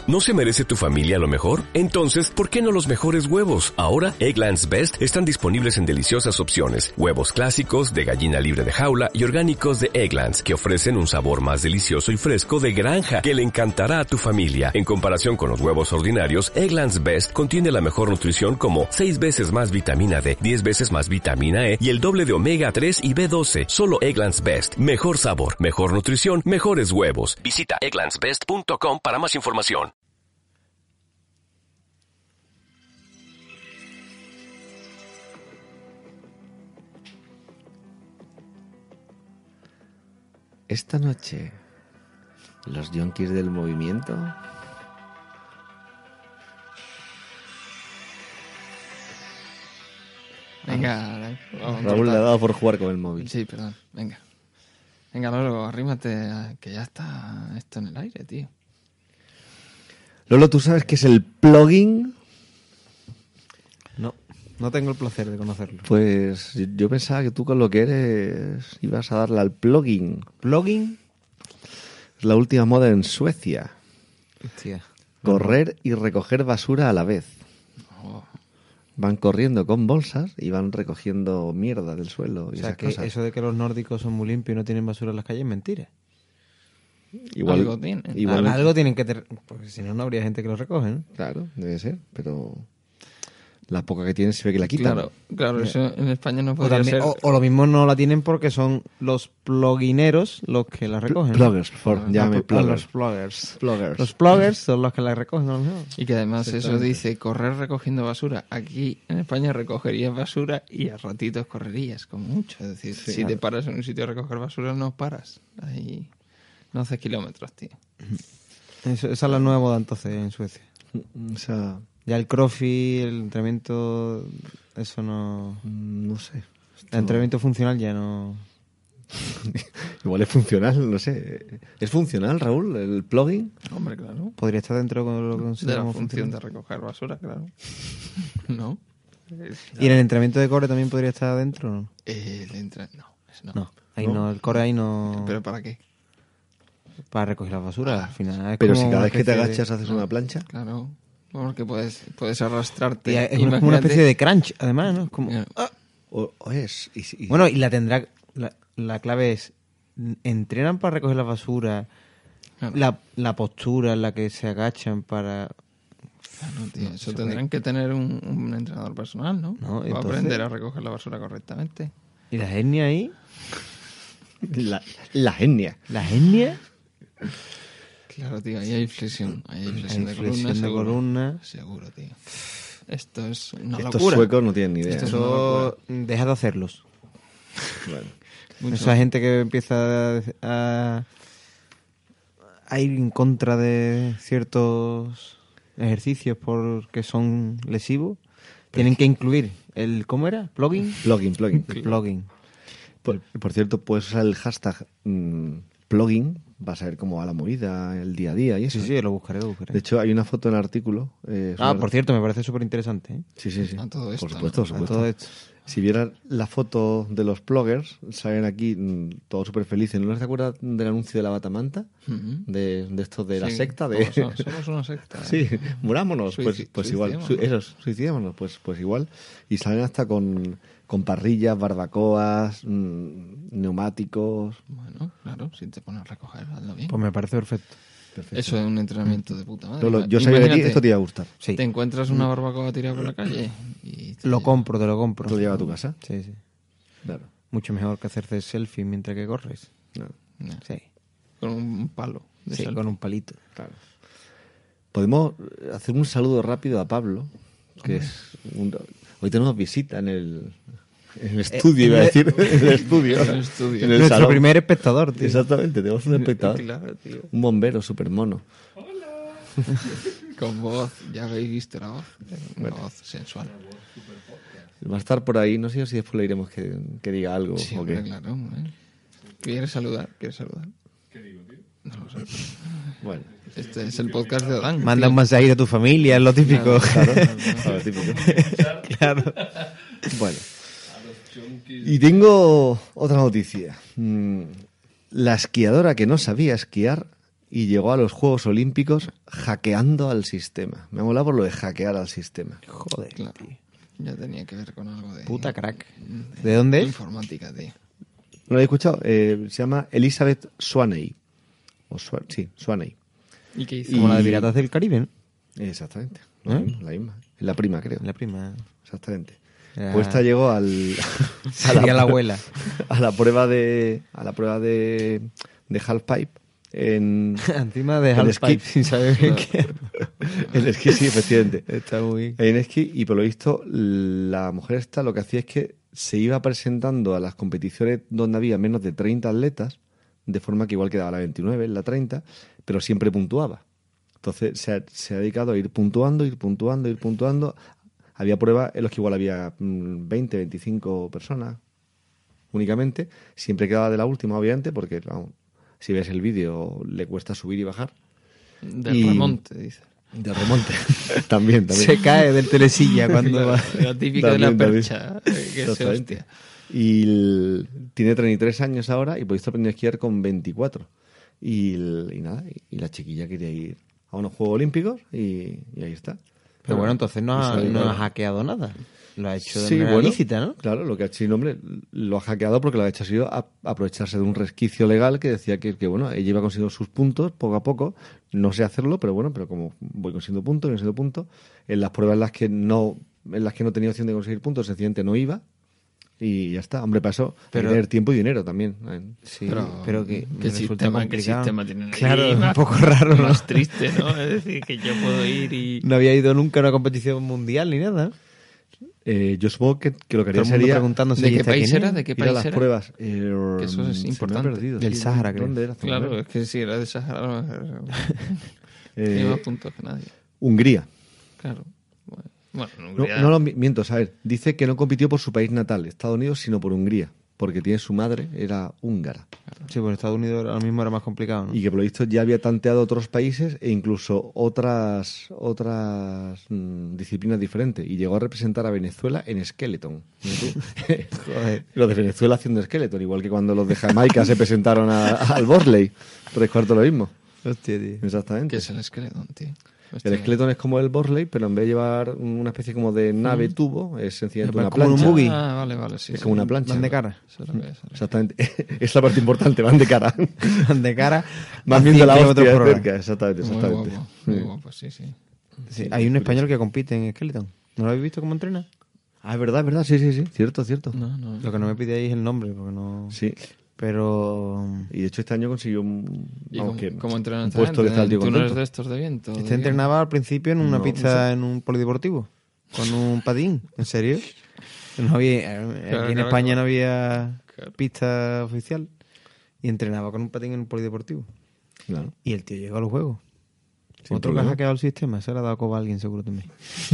¿No se merece tu familia lo mejor? Entonces, ¿por qué no los mejores huevos? Ahora, Eggland's Best están disponibles en deliciosas opciones. Huevos clásicos, de gallina libre de jaula y orgánicos de Eggland's, que ofrecen un sabor más delicioso y fresco de granja que le encantará a tu familia. En comparación con los huevos ordinarios, Eggland's Best contiene la mejor nutrición como 6 veces más vitamina D, 10 veces más vitamina E y el doble de omega 3 y B12. Solo Eggland's Best. Mejor sabor, mejor nutrición, mejores huevos. Visita egglandsbest.com para más información. Esta noche, los yonkis del movimiento. Venga, Raúl le ha dado por jugar con el móvil. Sí, perdón, venga. Venga, Lolo, arrímate, que ya está esto en el aire, tío. Lolo, ¿tú sabes qué es el plugin? No tengo el placer de conocerlo. Pues yo pensaba que tú con lo que eres ibas a darle al plugin. ¿Plugin? Es la última moda en Suecia. Hostia. Correr y recoger basura a la vez. Oh. Van corriendo con bolsas y van recogiendo mierda del suelo. O Y sea, esas que cosas. eso de que los nórdicos son muy limpios y no tienen basura en las calles es mentira. Igual, Algo tienen. igual- Algo tienen que tener, porque si no, no habría gente que lo recoge, ¿no? Claro, debe ser, pero la poca que tienen se ve que la quitan. Claro, eso en España no O, podría también- ser. o lo mismo no la tienen porque son los plugineros los que la recogen. Pluggers, por favor, llámame Los pluggers. pluggers. Pluggers. Los pluggers son los que la recogen, a lo mejor. Y que además eso dice correr recogiendo basura. Aquí en España recogerías basura y a ratitos correrías, como mucho. Es decir, Sí, si claro. te paras en un sitio a recoger basura, no paras. Ahí no haces kilómetros, tío. Esa es la nueva moda entonces en Suecia. O sea, Ya el crossfit, el entrenamiento, eso no... no sé. El entrenamiento funcional ya no... Igual es funcional, no sé. ¿Es funcional, Raúl, el plugin? Hombre, claro. Podría estar dentro de lo que De la consideramos función de funcional. recoger basura, claro. ¿No? ¿Y en el entrenamiento de core también podría estar adentro o no? No, eso no. No, ahí no, el core ahí no... ¿Pero para qué? Para recoger la basura, al final es Pero como si cada una vez que te especie de- agachas haces una plancha. Claro. Porque puedes arrastrarte. Y es como una Imagínate- especie de crunch, además, ¿no? Es como... Mira, O es. Y- Bueno, y la tendrá... La clave es... ¿Entrenan para recoger la basura? Claro. La postura en la que se agachan para... Claro, tío, eso tendrán que tener un entrenador personal, ¿no? No, Para entonces- aprender a recoger la basura correctamente. ¿Y la hernia ahí? la genia. ¿La hernia? Claro, tío, ahí hay flexión. Ahí hay flexión, Hay de columna, flexión de seguro. columna. Seguro, tío. Esto es una Estos locura. suecos no tienen ni idea. Esto es Eso... Deja de hacerlos. Bueno. Mucho. Esa gente que empieza a ir en contra de ciertos ejercicios porque son lesivos, tienen que incluir el... ¿Cómo era? ¿Plugin? Plugin. El plugin. Por cierto, puedes usar el hashtag plugin. Vas a ver cómo va la movida, el día a día y eso. Sí, lo buscaré. De hecho, hay una foto en el artículo. Por cierto, me parece súper interesante. ¿eh? Sí. A todo esto, Por supuesto, ¿no? por supuesto. A todo esto. Si vieran la foto de los pluggers, salen aquí todos súper felices. ¿No les acuerdas del anuncio de la batamanta? Ujú. De estos de la Sí, secta. De... somos una secta. Sí, murámonos. Pues igual. Suicidémonos. Suicidémonos. Pues igual. Y salen hasta con parrillas, barbacoas, neumáticos. Bueno, claro, si te pones a recoger, hazlo bien. Pues me parece perfecto. Perfecto. Eso es un entrenamiento de puta madre. Yo sabía que a ti Imagínate, esto te iba a gustar. Sí. Te encuentras una barbacoa tirada por la calle y Te lo compro. ¿Tú lo llevas a tu casa? Sí, sí. Claro. Mucho mejor que hacerse selfie mientras que corres. Claro. No, Sí. con un palo. De Sí, selfie. con un palito. Claro. Podemos hacer un saludo rápido a Pablo, que es hoy tenemos visita en el estudio, iba a decir, en el estudio. En el estudio. En el Nuestro salón. primer espectador, tío. Exactamente, tenemos un espectador. Claro, tío. Un bombero súper mono. Con voz, ya habéis visto la voz. Una voz sensual. Va a estar por ahí, no sé si después le diremos que diga algo. Sí, o hombre, qué. claro. ¿Quieres saludar? ¿Quieres saludar? ¿Qué digo, tío? No lo sé. Bueno, Este es el podcast de Adán. Manda tío. un mensaje a tu familia, es lo típico. claro, típico. Claro. Bueno. Y tengo otra noticia. La esquiadora que no sabía esquiar y llegó a los Juegos Olímpicos hackeando al sistema. Me ha molado por lo de hackear al sistema. Joder, Claro. Ya tenía que ver con algo de... puta crack. ¿De dónde es? Informática, tío. ¿No lo habéis escuchado? Se llama Elizabeth Swaney. Sí, Swaney. ¿Y qué hizo? Como la de Piratas del Caribe, ¿no? Exactamente. ¿Eh? La misma. Es la prima, creo. La prima. Exactamente. Era- Pues esta llegó Sería la abuela. a la prueba de halfpipe en Encima de el halfpipe, esquí. sin saber bien qué. el esquí, sí, efectivamente. Está muy... En esquí, y por lo visto la mujer esta lo que hacía es que se iba presentando a las competiciones donde había menos de 30 atletas, de forma que igual quedaba la 29, la 30, pero siempre puntuaba. Entonces se ha dedicado a ir puntuando. Había pruebas en las que igual había 20, 25 personas únicamente. Siempre quedaba de la última, obviamente, porque vamos, si ves el vídeo le cuesta subir y bajar. Del Y- remonte, dice. De remonte. también. Se cae del telesilla cuando va. La típica de la También. percha. Que se Exactamente. hostia. Y tiene 33 años ahora y por esto aprendió a esquiar con 24. Y nada, y la chiquilla quería ir a unos Juegos Olímpicos y ahí está. Pero bueno, entonces no ha, Eso, no claro. ha hackeado nada. Lo ha hecho de Sí, manera bueno, lícita, ¿no? Claro, lo que ha hecho el hombre lo ha hackeado porque lo que ha hecho ha sido aprovecharse de un resquicio legal que decía que bueno, ella iba consiguiendo sus puntos poco a poco. No sé hacerlo, pero bueno, pero como voy consiguiendo puntos, en las pruebas en las que no tenía opción de conseguir puntos, sencillamente no iba. Y ya está. Hombre, pasó Pero- tener tiempo y dinero también. Sí, Pero, pero que ¿qué sistema tienen aquí? Claro, es un Más- poco raro, ¿no? Más triste, ¿no? Es decir, que yo puedo ir y... No había ido nunca a una competición mundial ni nada, ¿no? Yo supongo que lo que haría Todo el mundo sería preguntándose ¿De ¿y qué esta país quién era? es? ¿De qué ir a país las era? pruebas. Que eso es se me ha importante. perdido. Del Sí, Sáhara, creo. ¿Dónde era? Claro, es que si era de Sahara, tiene más puntos que nadie. Hungría. Claro. Bueno, en No, Hungría... no lo miento, a ver. Dice que no compitió por su país natal, Estados Unidos, sino por Hungría. Porque tiene su madre, era húngara. Sí, pues Estados Unidos ahora mismo era más complicado, ¿no? Y que por lo visto ya había tanteado otros países e incluso otras disciplinas diferentes. Y llegó a representar a Venezuela en skeleton. Mira tú. Joder. Los de Venezuela haciendo skeleton, igual que cuando los de Jamaica se presentaron al bobsleigh. Tres cuartos lo mismo. Hostia, tío. Exactamente. ¿Qué es el esqueleto, tío? El skeleton es como el bobsleigh, pero en vez de llevar una especie como de nave tubo, es sencillamente Es una como un plancha. buggy. Ah, vale, sí. Es sí. como una plancha. Van de cara. Eso es lo que es. Exactamente. Es la parte importante, van de cara. De cara. Van a viendo 100 la kilómetros hostia por hora. cerca. Exactamente, Muy exactamente. guapo, muy guapo, sí. Sí, hay un español que compite en Skeleton. ¿No lo habéis visto cómo entrena? Ah, es verdad, sí. Cierto. No. Lo que no me pide ahí es el nombre, porque no... Sí. Pero... Y de hecho este año consiguió ¿Y cómo entrenan un esta puesto de gente? estar ¿Tú no eres contento. de estos de viento? Este entrenaba al principio en una No, pista en un polideportivo, con un patín. ¿En serio? No había, aquí en España no había pista oficial y entrenaba con un patín en un polideportivo. Claro. Y el tío llegó a los juegos. Sin Otro que problema. ha hackeado el sistema, se le ha dado coba a alguien seguro también.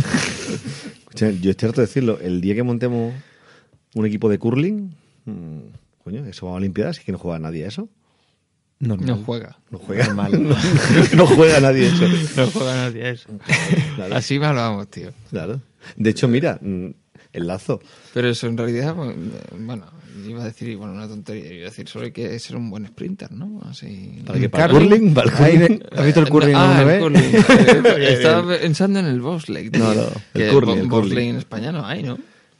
Escucha, yo es cierto decirlo, el día que montemos un equipo de curling, coño, eso va a Olimpiadas y que no juega nadie a eso. Normal. No juega. No juega. Normal. No juega nadie eso. No juega nadie a eso. Claro. Así mal vamos, tío. Claro. De hecho, mira, el lazo. Pero eso en realidad, bueno, iba a decir, bueno, una tontería, iba a decir, solo hay que ser un buen sprinter, ¿no? Así... ¿Para qué? ¿Para el Curling? curling? ¿Para el curling? ¿Has visto el curling alguna el vez? curling. Estaba pensando en el bobsleigh. tío. No, el Que curling, bobsleigh en España no hay, ¿no?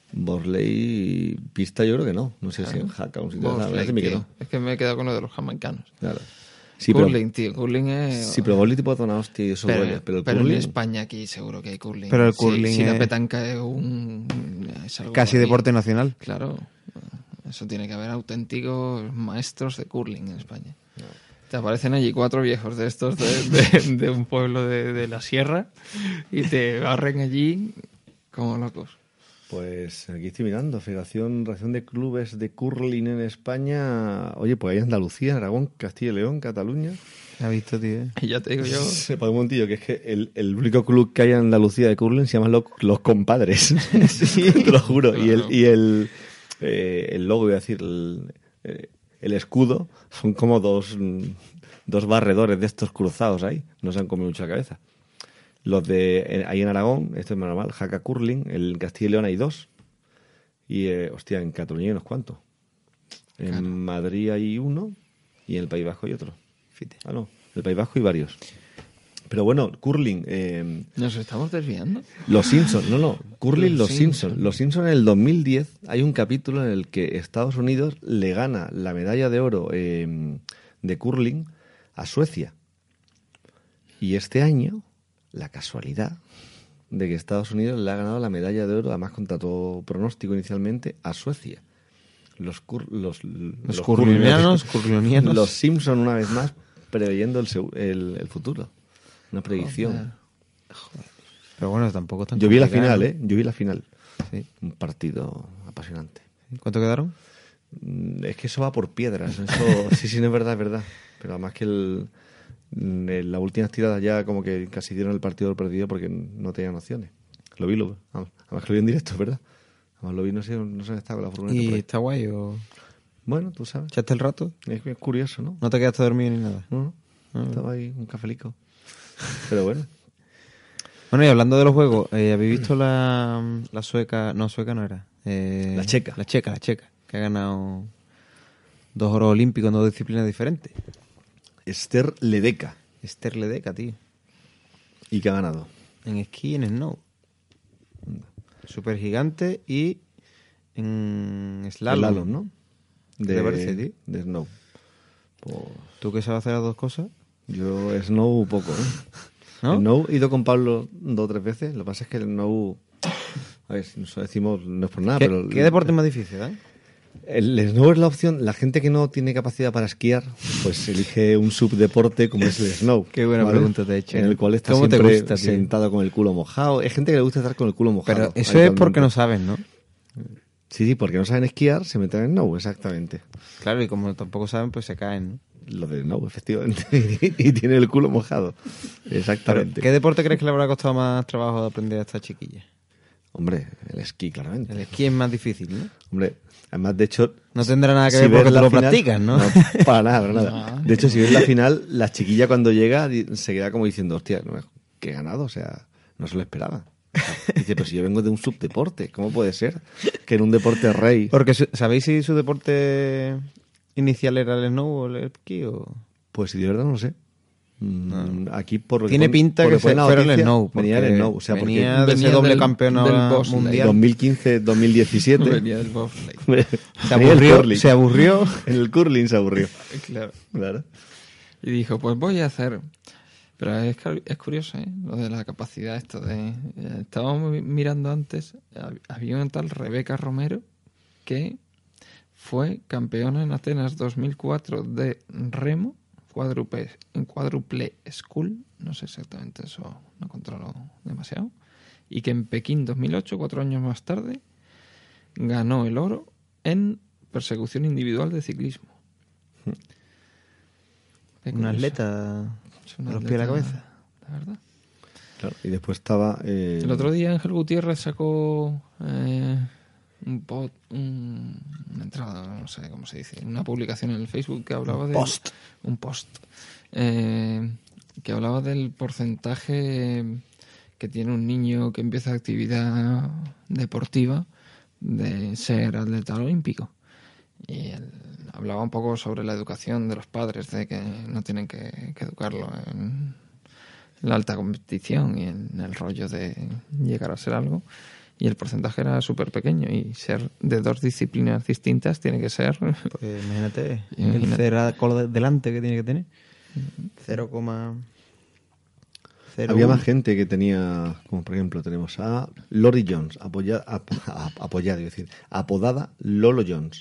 Bobsleigh pista yo creo que no. No sé si en Jaca o un sitio. Bobsleigh, Parece que tío. no. Es que me he quedado con lo de los jamaicanos. Claro. Sí, pero, Curling, tío. Curling es... sí, pero bowling tipo de zona hostia y eso duele. Pero el en curling... España aquí seguro que hay curling. Pero el Sí, curling si la es- petanca es es algo Casi ahí. deporte nacional. Claro. Eso tiene que haber auténticos maestros de curling en España. Te aparecen allí 4 viejos de estos de un pueblo de la sierra y te barren allí como locos. Pues aquí estoy mirando, Federación de Clubes de Curling en España. Oye, pues hay Andalucía, Aragón, Castilla y León, Cataluña. ¿Has visto, tío? Y ya te digo yo... Sepa un montillo que es que el único club que hay en Andalucía de curling se llama los Compadres. Sí, te lo juro. Claro. Y el logo, voy a decir, el escudo, son como dos barredores de estos cruzados ahí. No se han comido mucha cabeza. Los de ahí en Aragón, esto es normal, Jaca Curling, en Castilla y León hay 2. Y, hostia, en Cataluña hay unos cuantos. En Madrid hay 1 y en el País Vasco hay otro. Ah, no. del País Vasco y varios. Pero bueno, curling... Nos estamos desviando. Los Simpsons, curling Los Los Simpsons. Los Simpsons en el 2010 hay un capítulo en el que Estados Unidos le gana la medalla de oro de curling a Suecia. Y este año, la casualidad de que Estados Unidos le ha ganado la medalla de oro, además contra todo pronóstico inicialmente, a Suecia. Los curlinianos. Los Simpsons una vez más preveyendo el futuro. Una predicción. Joder. Pero bueno, tampoco es tan Yo vi la complicado, final, ¿no? Yo vi la final. Sí. Un partido apasionante. ¿Cuánto quedaron? Es que eso va por piedras. Eso, sí, no es verdad, es verdad. Pero además que la última tirada ya como que casi dieron el partido perdido porque no tenían opciones. Lo vi, además que lo vi en directo, es verdad. Además lo vi, no sé dónde estaba la furgoneta. ¿Y está guay o...? Bueno, tú sabes. ¿Echaste el rato? Es curioso, ¿no? ¿No te quedaste dormido ni nada? No. Estaba ahí un cafelico. Pero bueno. Bueno, y hablando de los juegos, ¿habéis visto la sueca? No, sueca no era. La checa. La checa, que ha ganado 2 oros olímpicos en 2 disciplinas diferentes. Esther Ledeca. Esther Ledeca, tío. ¿Y qué ha ganado? En esquí y en snow. Super gigante y en slalom. Slalom, ¿no? ¿Qué te parece, tío? De snow. Pues, ¿Tú que sabes hacer las dos cosas? yo snow poco, ¿No? El snow he ido con Pablo 2 o 3 veces. Lo que pasa es que el snow... A ver, si nosotros decimos, no es por nada, pero... ¿Qué deporte es más difícil, El snow es la opción. La gente que no tiene capacidad para esquiar, pues elige un subdeporte como es el snow. Qué buena pregunta te he hecho. En el cual está ¿Cómo te siempre gusta, tío? sentado con el culo mojado. Hay gente que le gusta estar con el culo mojado. Pero eso es porque no saben, ¿no? Sí, porque no saben esquiar, se meten en snow, exactamente. Claro, y como tampoco saben, pues se caen, ¿no? Lo de snow, efectivamente. Y tiene el culo mojado. Exactamente. ¿Qué deporte crees que le habrá costado más trabajo de aprender a esta chiquilla? Hombre, el esquí, claramente. El esquí es más difícil, ¿no? Hombre, además, de hecho... No tendrá nada que si ver ves porque tú la lo final- practicas, ¿no? Para nada. De hecho, si ves la final, la chiquilla cuando llega se queda como diciendo, hostia, que he ganado, o sea, no se lo esperaba. Dice, pero si yo vengo de un subdeporte, ¿cómo puede ser que en un deporte rey? Porque, ¿sabéis si su deporte inicial era el snow o el esquí? Pues si de verdad no lo sé. Aquí por lo que Tiene pon- pinta por que lo pone en la fuera el noticia, snow. venía el snow, o sea, venía de porque ese venía doble del campeón bobsleigh. mundial. 2015-2017 Venía del bobsleigh. Se aburrió. En el curling se aburrió. Claro. Claro. Y dijo, pues voy a hacer... Pero es curioso, ¿eh? Lo de la capacidad esto de... estábamos mirando antes, había una tal Rebeca Romero que fue campeona en Atenas 2004 de remo, en cuádruple school, no sé exactamente eso, no controlo demasiado, y que en Pekín 2008, 4 años más tarde, ganó el oro en persecución individual de ciclismo. Qué Un curioso. atleta Es un con los pies a la atleta, cabeza. la verdad. Claro. Y después estaba... El otro día Ángel Gutiérrez sacó una entrada, no sé cómo se dice, una publicación en el Facebook que hablaba de... Un post. Que hablaba del porcentaje que tiene un niño que empieza actividad deportiva de ser atleta olímpico. Y él hablaba un poco sobre la educación de los padres, de que no tienen que educarlo en la alta competición y en el rollo de llegar a ser algo. Y el porcentaje era súper pequeño. Y ser de 2 disciplinas distintas tiene que ser... Pues imagínate, el Imagínate. cero delante que tiene que tener. 0,01. Había más gente que tenía, como por ejemplo, tenemos a Lori Jones, apodada Lolo Jones.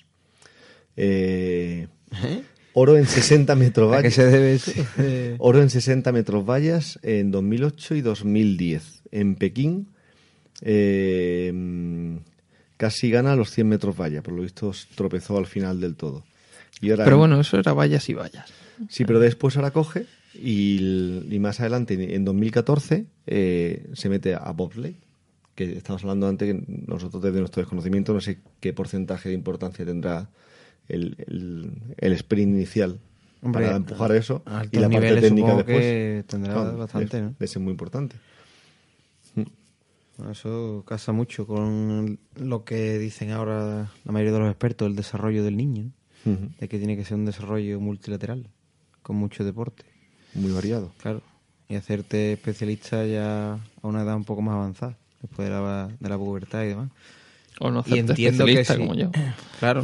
Oro en 60 metros ¿A qué vallas. se debe eso? Oro en 60 metros vallas en 2008 y 2010. En Pekín casi gana los 100 metros vallas. Por lo visto tropezó al final del todo. Y ahora Pero bueno, eso era vallas y vallas. Sí, pero después ahora coge y más adelante, en 2014, se mete a bobsleigh, que estamos hablando antes, que nosotros desde nuestro desconocimiento no sé qué porcentaje de importancia tendrá el sprint inicial. Hombre, para empujar eso a altos y la parte niveles técnica supongo después. que tendrá bastante, ¿no? Debe ser muy importante. Bueno, eso casa mucho con lo que dicen ahora la mayoría de los expertos, el desarrollo del niño, ¿no? Ujú. De que tiene que ser un desarrollo multilateral, con mucho deporte. muy variado. Claro. Y hacerte especialista ya a una edad un poco más avanzada, después de la pubertad y demás. O no Y hacerte entiendo que especialista sí. como yo. Claro.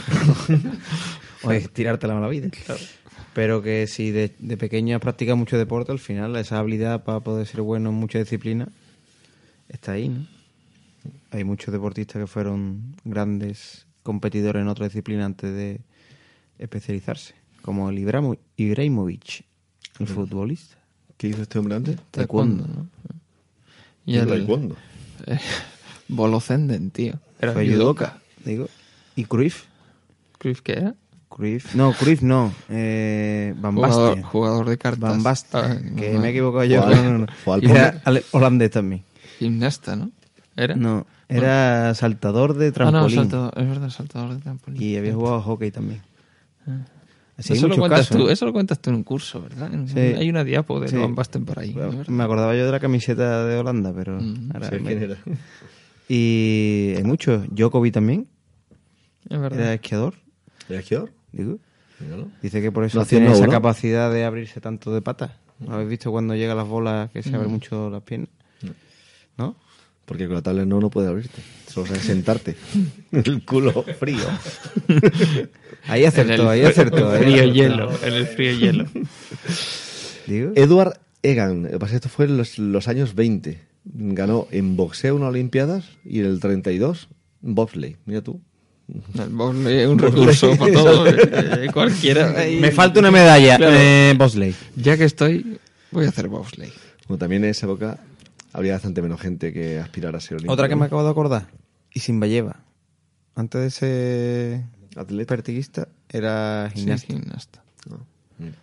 O estirarte la mala vida. Claro. Pero que si de pequeño has practicado mucho deporte, al final esa habilidad para poder ser bueno en muchas disciplinas está ahí, ¿no? Hay muchos deportistas que fueron grandes competidores en otra disciplina antes de especializarse, como el Ibrahimovic, el futbolista. ¿Qué hizo este hombre antes? Taekwondo, ¿no? Y ¿El el taekwondo? Bolocenden, tío. Era Fue judoka. digo. ¿Y Cruyff? ¿Cruyff qué era? Cruyff no. Van Basten. Jugador de cartas. Van Basten. Ah, Que no. me he equivocado yo. Fue al- No. fue al Y era holandés también. Gimnasta, ¿no? ¿Era? No, era saltador de Ah, no, trampolín. saltador, es verdad, saltador de trampolín. Y había jugado a hockey también. Así hay Eso lo, muchos cuentas casos, tú, ¿no? eso lo cuentas tú en un curso, ¿verdad? Sí. Hay una diapo de Sí. Van Basten por ahí. ¿no? ¿Verdad? Me acordaba yo de la camiseta de Holanda, pero... ahora Sí, ¿quién era? Y hay muchos. Djokovic también, Es verdad. era esquiador, ¿Era esquiador? digo. Míralo. Dice que por eso No hacía tiene esa nuevo, ¿no? capacidad de abrirse tanto de patas. ¿No habéis visto cuando llega las bolas que se abren mucho las piernas? ¿No? Porque con la tablet no puede abrirte. Solo sabes sentarte. El culo frío. Ahí acertó. En el frío hielo, en el frío hielo. Digo. Edward Egan. Lo que pasa es que esto fue en los años 20. Ganó en boxeo unas Olimpiadas y en el 32 bobsleigh. Mira tú. El bobsleigh es un recurso para todo. Cualquiera. Me falta una medalla. Claro. Bobsleigh. Ya que estoy, voy a hacer bobsleigh. Bueno, también en esa época habría bastante menos gente que aspirara a ser olímpico. Otra que me acabo de acordar. Isinbayeva. Antes de ser Atleta. pertiguista, era Sí, gimnasta. gimnasta. No. Mira.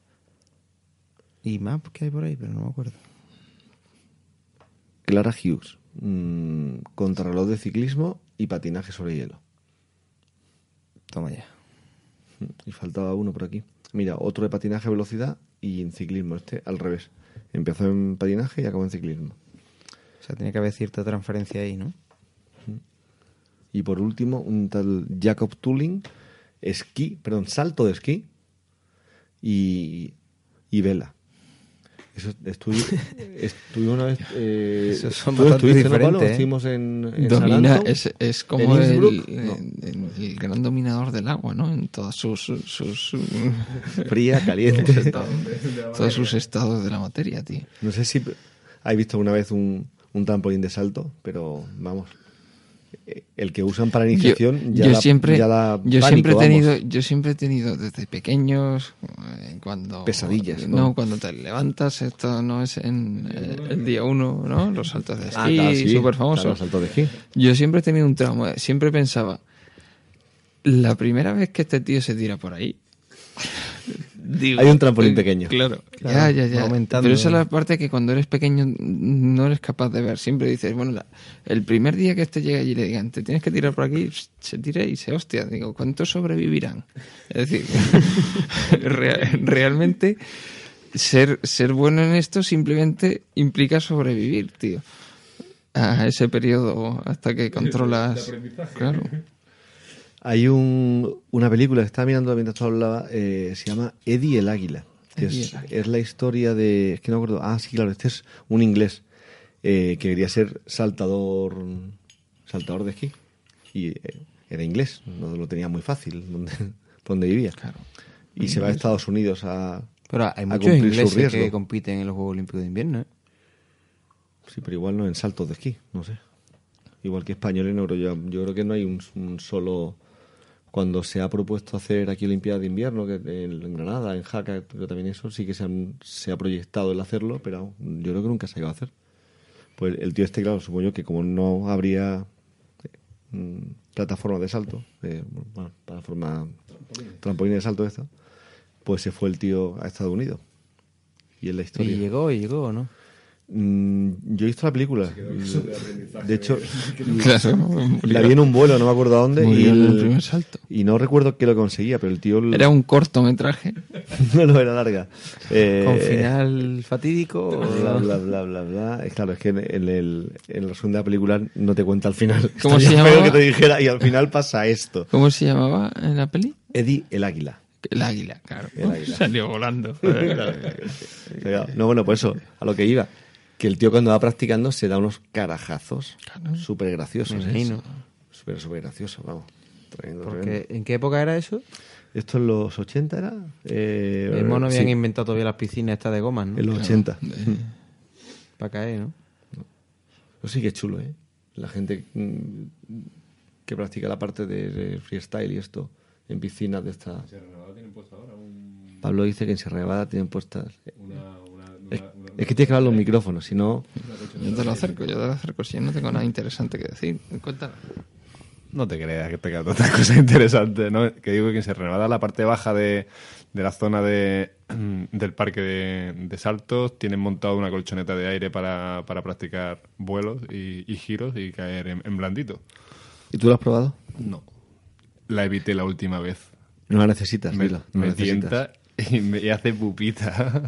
Y más que hay por ahí, pero no me acuerdo. Clara Hughes. Contrarreloj de ciclismo y patinaje sobre hielo. Toma ya. Y faltaba uno por aquí. Mira, otro de patinaje velocidad y en ciclismo. Este al revés. Empezó en patinaje y acabó en ciclismo. O sea, tiene que haber cierta transferencia ahí, ¿no? Y por último, un tal Jacob Tulling, salto de esquí y vela. Eso estuve una vez. Esos son ¿tú bastante estuviste, no, Pablo? diferentes, ¿eh? Estuvimos en Domina, Salanto. es como ¿En el, Innsbruck? No. el gran dominador del agua, ¿no? En todos sus Fría, caliente. todos sus estados de la materia, tío. No sé si habéis visto una vez un trampolín de salto, pero vamos. El que usan para iniciación yo siempre pánico, yo siempre he tenido desde pequeños cuando Pesadillas, no ¿no? cuando te levantas, esto no es en el día 1, ¿no? Los saltos de esquí, Claro, sí, súper famosos. claro, salto de esquí. Yo siempre he tenido un trauma, siempre pensaba, la primera vez que este tío se tira por ahí, digo, Hay un trampolín pequeño. Claro, Claro, ya. va aumentando. Pero esa es la parte que cuando eres pequeño no eres capaz de ver. Siempre dices, bueno, el primer día que este llegue allí y le digan, te tienes que tirar por aquí, se tira y se hostia. Digo, ¿cuántos sobrevivirán? Es decir, realmente ser bueno en esto simplemente implica sobrevivir, tío. A ese periodo hasta que controlas. Claro. Hay una película que estaba mirando mientras tú hablabas, se llama Eddie el Águila. Que Eddie el Águila. es la historia de... Es que no me acuerdo. Ah, sí, claro, este es un inglés que quería ser saltador de esquí. Y era inglés, no lo tenía muy fácil donde vivía. Claro. Y se va a Estados Unidos a Pero hay a muchos cumplir su ingleses riesgo. que compiten en los Juegos Olímpicos de Invierno, ¿eh? Sí, pero igual no en saltos de esquí, no sé. Igual que españoles, no creo yo creo que no hay un solo... Cuando se ha propuesto hacer aquí Olimpiadas de Invierno, que en Granada, en Jaca, pero también eso sí que se ha proyectado el hacerlo, pero yo creo que nunca se ha llegado a hacer. Pues el tío este, claro, supongo yo que como no habría plataforma de salto, plataforma trampolín de salto esta, pues se fue el tío a Estados Unidos. Y es la historia. Y llegó, ¿no? Yo he visto la película. De hecho, Claro. la vi en un vuelo, no me acuerdo a dónde. Murió en el primer salto. Y no recuerdo qué lo conseguía, pero el tío... Era un cortometraje. no era larga. Con final fatídico. Bla, bla, bla, bla, bla. Claro, es que en el resumen de la película no te cuenta al final. ¿Cómo se Estaría llamaba? feo que te dijera, y al final pasa esto. ¿Cómo se llamaba en la peli? Eddie el Águila. El águila, claro. El águila. Salió volando. No, bueno, pues eso, a lo que iba. Que el tío cuando va practicando se da unos carajazos súper graciosos. Me imagino. Súper gracioso, vamos. Tremendo, Porque, tremendo. ¿en qué época era eso? ¿Esto en los 80 era? El mono habían inventado todavía las piscinas estas de gomas, ¿no? En los 80. Para caer, ¿no? Eso sí que es chulo, ¿eh? La gente que practica la parte de freestyle y esto en piscinas de esta... En Sierra Nevada tienen puesto ahora Pablo dice que en Sierra Nevada tienen puestas... Es que tienes que hablar los micrófonos, si no... Yo te lo acerco, si yo no tengo nada interesante que decir. Cuéntame. No te creas que tenga tantas cosas interesantes, ¿no? Que digo que en Sierra Nevada, la parte baja de la zona del parque de saltos, tienen montado una colchoneta de aire para practicar vuelos y giros y caer en blandito. ¿Y tú lo has probado? No. La evité la última vez. No la necesitas, Me, dilo, no me la necesitas. tienta y hace pupita.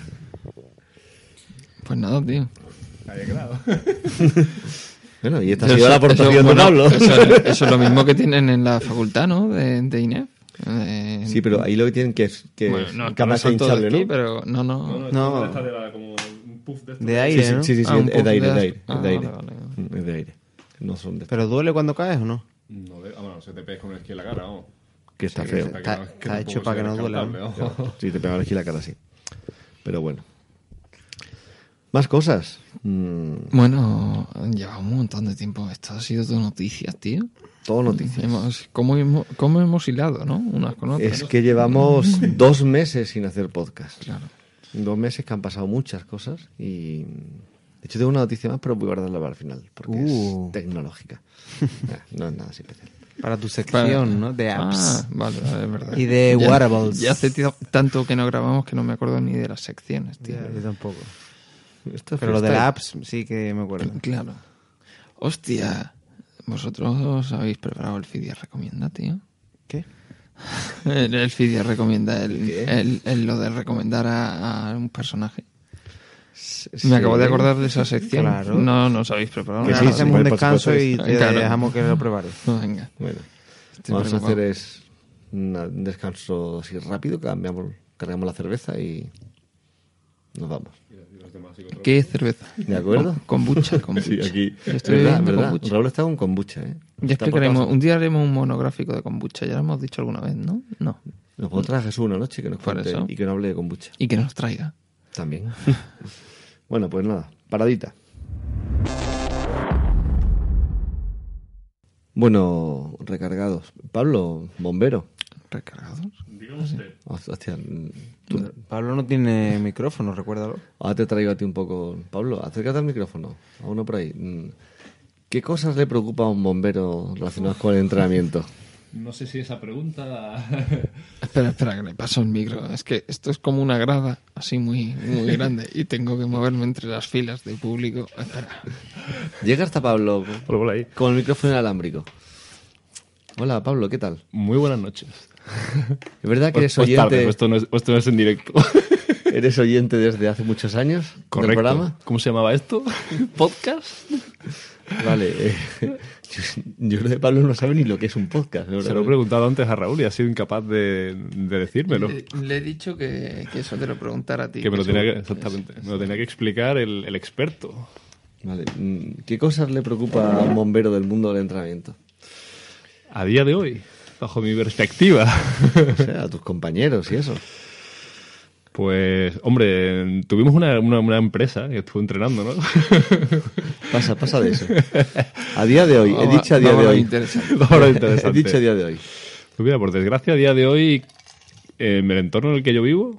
Pues nada, tío. Había quedado. Bueno, y esta ha sido la aportación de Pablo. Eso es lo mismo que tienen en la facultad, ¿no? De INEF. Sí, pero ahí lo que tienen que es Bueno, no, cámara no hinchable, aquí, ¿no? pero no. No. Esta de como un puff de esto. De aire, Sí, ¿no? sí, un es de aire, poco de aire. Ah, Es de aire. vale. Es de aire. No son de... ¿Pero duele cuando caes o no? No, bueno, se te pega con el esquí en la cara, vamos. Que está Sí, feo. que Está tampoco hecho para sea que no duela, ¿no? descartable, vamos. Sí, te pega aquí la cara, sí. Pero bueno. Más cosas. Bueno, lleva un montón de tiempo. Esto ha sido todo noticias, tío. Todo noticias. ¿Cómo hemos hilado, no? Unas con otras. Es que llevamos 2 meses sin hacer podcast. Claro. 2 meses que han pasado muchas cosas y... De hecho, tengo una noticia más, pero voy a guardarla para el final, porque es tecnológica. No es nada especial. Para tu sección, ¿no? De apps. Ah, vale, es verdad. Y de wearables. Ya hace tanto que no grabamos que no me acuerdo ni de las secciones, tío. Ya, yo tampoco. Esto es Pero lo de freestyle. las apps sí que me acuerdo. Claro. Hostia, ¿vosotros habéis preparado el Fidia Recomienda, tío? ¿Qué? El Fidia Recomienda, ¿Qué? lo de recomendar a un personaje. Sí. Me acabo de acordar de esa sección. Claro. No os habéis preparado. Que nada. sí, Hacemos un por descanso supuesto y que te Claro. dejamos que lo prepares. No, venga. Bueno, Estoy vamos a preocupado. hacer es un descanso así rápido, cargamos la cerveza y nos vamos. ¿Qué cerveza? ¿De acuerdo? Kombucha. Sí, aquí. Yo estoy ¿Verdad? bebiendo ¿Verdad? kombucha. Raúl está con kombucha, ¿eh? Ya Está explicaremos. por Un día haremos un monográfico de kombucha. Ya lo hemos dicho alguna vez, ¿no? No. Nos puedo traer a Jesús una noche que nos Por cuente eso. y que nos hable de kombucha. Y que nos traiga. También. Bueno, pues nada, paradita. Bueno, recargados. Pablo, bombero. ¿Recargados? Hostia, Pablo no tiene micrófono, recuérdalo. ahora te traigo a ti un poco. Pablo, acércate al micrófono. A uno por ahí. ¿Qué cosas le preocupa a un bombero relacionadas con el entrenamiento? No sé si esa pregunta... Espera, que le paso el micro. Es que esto es como una grada así muy grande y tengo que moverme entre las filas de público. Espera. Llega hasta Pablo Por ahí. con el micrófono inalámbrico. Hola, Pablo, ¿qué tal? Muy buenas noches. ¿Es verdad que eres Pues tarde, oyente? esto no es en directo. ¿Eres oyente desde hace muchos años Correcto. del programa? ¿Cómo se llamaba esto? ¿Podcast? Vale. Yo creo que Pablo no sabe ni lo que es un podcast. ¿No? Se lo he preguntado antes a Raúl y ha sido incapaz de decírmelo. Le he dicho que eso te lo preguntara a ti. Que me lo eso- tenía que, exactamente, me lo tenía que explicar el experto. Vale. ¿Qué cosas le preocupa a un bombero del mundo del entrenamiento? A día de hoy, bajo mi perspectiva, O sea, a tus compañeros y eso. pues, hombre, tuvimos una empresa que estuvo entrenando, ¿no? Pasa de eso. A día de hoy, he Vamos dicho a día de lo hoy. interesante. Ahora He interesante. dicho a día de hoy. Pues mira, por desgracia, a día de hoy, en el entorno en el que yo vivo,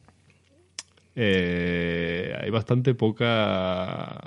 hay bastante poca,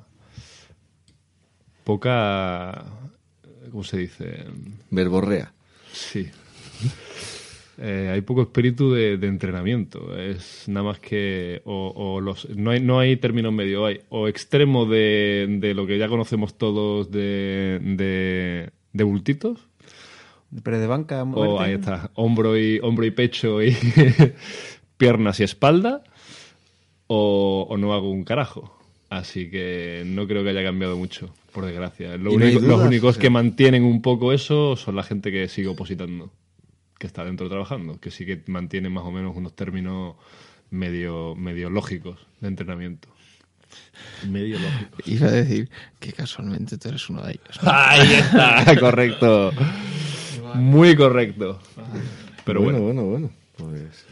¿cómo se dice? Verborrea. Sí. Hay poco espíritu de entrenamiento. Es nada más que no hay término medio. Hay o extremo de lo que ya conocemos todos de bultitos. Pero de banca, O muerte. ahí está, hombro y pecho y piernas y espalda, o no hago un carajo. Así que no creo que haya cambiado mucho, por desgracia. ¿Y no hay Los dudas? únicos O sea, que mantienen un poco eso son la gente que sigue opositando. que está dentro trabajando, que sí que mantiene más o menos unos términos medio lógicos de entrenamiento. Medio lógicos. Iba a decir que casualmente tú eres uno de ellos. Ahí está, correcto. Muy correcto. Pero bueno. Pues...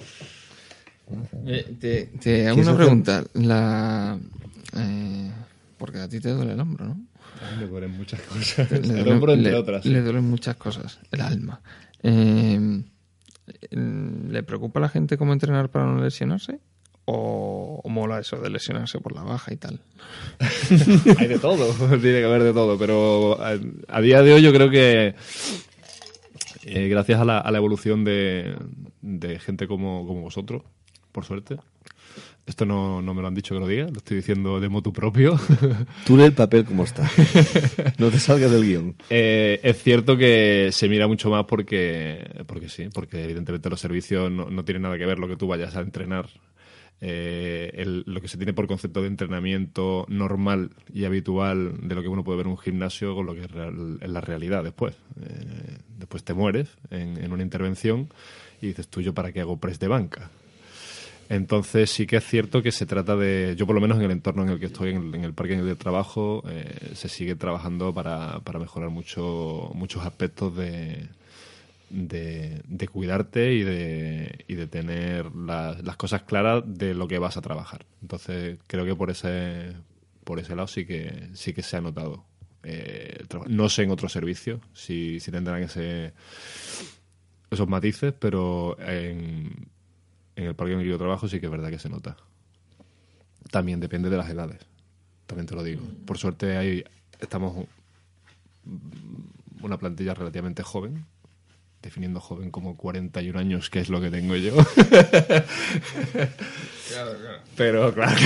Te hago una pregunta. Porque a ti te duele el hombro, ¿no? Me duelen muchas cosas. El hombro, entre otras. Le duelen muchas cosas. El alma. ¿Le preocupa a la gente cómo entrenar para no lesionarse? ¿O mola eso de lesionarse por la baja y tal? Hay de todo, tiene que haber de todo. Pero a día de hoy yo creo que gracias a la evolución de gente como vosotros, por suerte. Esto no me lo han dicho que lo diga, lo estoy diciendo de motu propio. Tú lee el papel como está. No te salgas del guión. Es cierto que se mira mucho más porque sí, porque evidentemente los servicios no tienen nada que ver lo que tú vayas a entrenar. Lo que se tiene por concepto de entrenamiento normal y habitual de lo que uno puede ver en un gimnasio con lo que es la realidad después. Después te mueres en una intervención y dices tú, ¿yo para qué hago press de banca? Entonces sí que es cierto que se trata de, yo por lo menos en el entorno en el que estoy, en el parque de trabajo, se sigue trabajando para mejorar muchos aspectos de cuidarte y de tener las cosas claras de lo que vas a trabajar. Entonces creo que por ese lado sí que se ha notado. No sé en otros servicios si tendrán esos matices, pero en el parque en el que yo trabajo sí que es verdad que se nota. También depende de las edades, también te lo digo. Por suerte estamos una plantilla relativamente joven, definiendo joven como 41 años, que es lo que tengo yo. Claro. Pero, claro.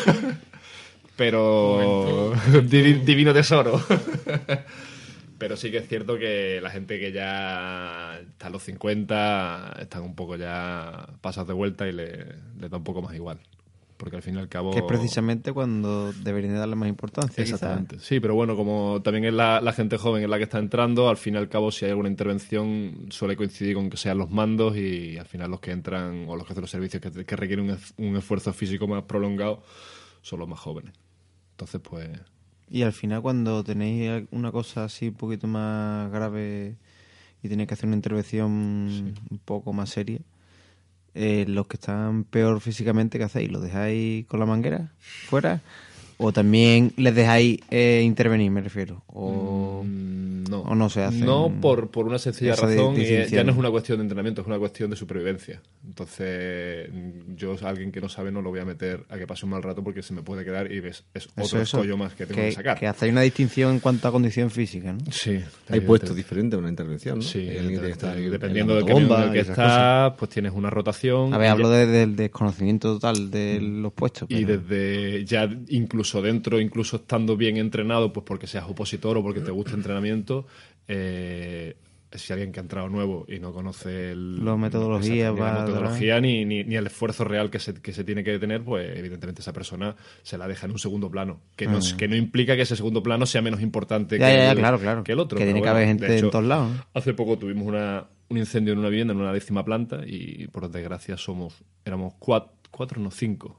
Pero divino tesoro. Pero sí que es cierto que la gente que ya está a los 50 están un poco ya pasados de vuelta y le da un poco más igual. Porque al fin y al cabo... Que es precisamente cuando deberían darle más importancia. Exactamente. Quizás. Sí, pero bueno, como también es la gente joven en la que está entrando, al fin y al cabo si hay alguna intervención suele coincidir con que sean los mandos y al final los que entran o los que hacen los servicios que requieren un esfuerzo físico más prolongado son los más jóvenes. Entonces, pues... Y al final cuando tenéis una cosa así un poquito más grave y tenéis que hacer una intervención un poco más seria, los que están peor físicamente, ¿qué hacéis? ¿Los dejáis con la manguera fuera? ¿O también les dejáis intervenir, me refiero? ¿O no se hace? No, por una sencilla razón. Ya no es una cuestión de entrenamiento, es una cuestión de supervivencia. Entonces, yo a alguien que no sabe no lo voy a meter a que pase un mal rato porque se me puede quedar y es otro escollo más que tengo que sacar. Que hacéis una distinción en cuanto a condición física, ¿no? Sí. Hay puestos diferentes en una intervención, ¿no? Sí, dependiendo dependiendo del camión en el que estás, pues tienes una rotación. A ver, hablo del desconocimiento total de los puestos. Y desde ya incluso dentro, incluso estando bien entrenado, pues porque seas opositor o porque te guste entrenamiento, si alguien que ha entrado nuevo y no conoce la metodología ni el esfuerzo real que se tiene que tener, pues evidentemente esa persona se la deja en un segundo plano, que no implica que ese segundo plano sea menos importante que el otro. Que tiene que haber gente en todos lados. Hace poco tuvimos un incendio en una vivienda, en una 10ª planta, y por desgracia éramos 5.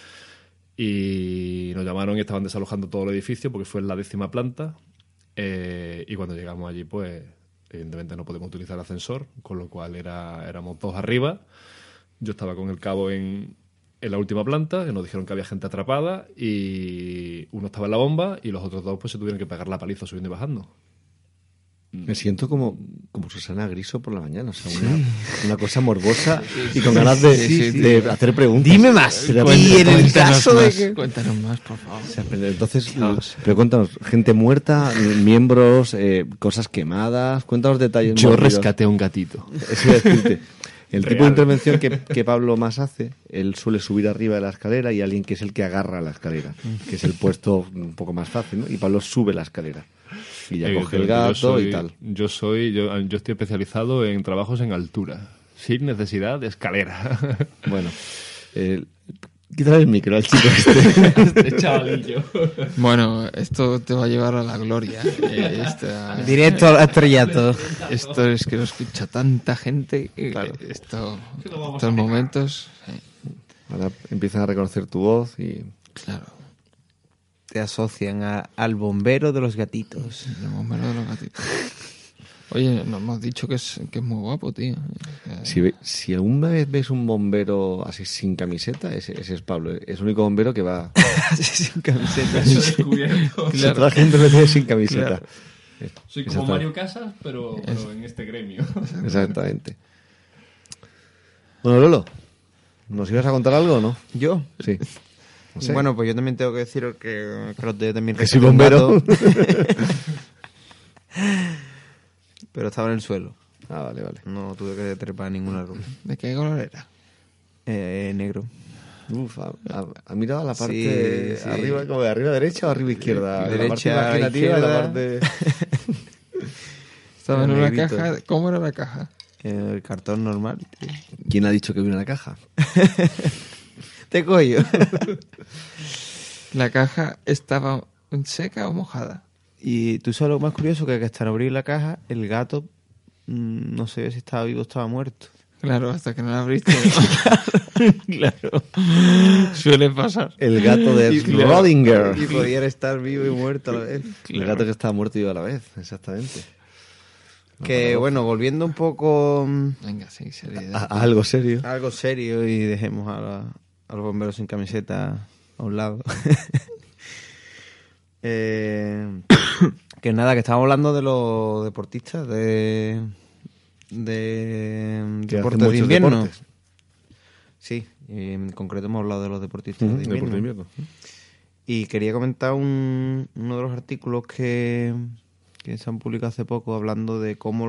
Y nos llamaron y estaban desalojando todo el edificio porque fue en la 10ª planta. Y cuando llegamos allí, pues evidentemente no podemos utilizar el ascensor, con lo cual éramos 2 arriba. Yo estaba con el cabo en la última planta, que nos dijeron que había gente atrapada, y uno estaba en la bomba y los otros 2 pues se tuvieron que pegar la paliza subiendo y bajando. Me siento como Susana Griso por la mañana, o sea, una cosa morbosa y con ganas de hacer preguntas. Dime más. Y en el caso de que... Cuéntanos más, por favor. O sea, entonces, pero cuéntanos, gente muerta, miembros, cosas quemadas, cuéntanos detalles. Yo rescaté a un gatito. Eso iba a decirte. El tipo de intervención que Pablo más hace, él suele subir arriba de la escalera y alguien que es el que agarra la escalera, que es el puesto un poco más fácil, ¿no? Y Pablo sube la escalera. Y ya coge el gato y tal. Yo estoy especializado en trabajos en altura, sin necesidad de escalera. Bueno, Quítale el micro al chico este. Este chavalillo. Bueno, esto te va a llevar a la gloria. Directo al estrellato. Esto es que lo escucha tanta gente. Claro. Estos momentos. Ahora empiezan a reconocer tu voz y... Claro. Te asocian al bombero de los gatitos. El bombero de los gatitos. Oye, nos hemos dicho que es muy guapo, tío. Si alguna vez ves un bombero así sin camiseta, ese es Pablo. Es el único bombero que va... Así sin camiseta. Eso es descubierto. Claro. La gente lo tiene sin camiseta. Claro. Soy como Mario Casas, pero en este gremio. Exactamente. Bueno, Lolo, ¿nos ibas a contar algo o no? ¿Yo? Sí. No sé. Bueno, pues yo también tengo que deciros que los de también Que soy rescaté un bombero. gato. Pero estaba en el suelo. Ah, vale, vale. No tuve que trepar ninguna ropa. ¿De qué color era? Negro. Uf, ha mirado a la parte Sí, sí. arriba, como de arriba derecha o arriba izquierda. Derecha, la parte imaginativa, izquierda. la parte... Estaba en Era una negrito. caja. ¿Cómo era la caja? El cartón normal. Tío. ¿Quién ha dicho que viene en la caja? Te cojo. ¿La caja estaba seca o mojada? Y tú sabes lo más curioso, que hasta en abrir la caja, el gato no sé si estaba vivo o estaba muerto. Claro, hasta que no la abriste. Claro. Suele pasar. El gato de Y claro, Schrödinger. Y podía estar vivo y muerto a la vez. El gato que estaba muerto y vivo a la vez, exactamente. Que bueno, volviendo un poco Venga, sí, seriedad. A algo serio. a algo serio y dejemos a los bomberos sin camiseta a un lado. Que nada, que estábamos hablando de los deportistas de Que deportes hacen de muchos invierno. deportes. Sí, y en concreto hemos hablado de los deportistas Ujú, de deporte invierno. de invierno. Y quería comentar uno de los artículos que se han publicado hace poco hablando de cómo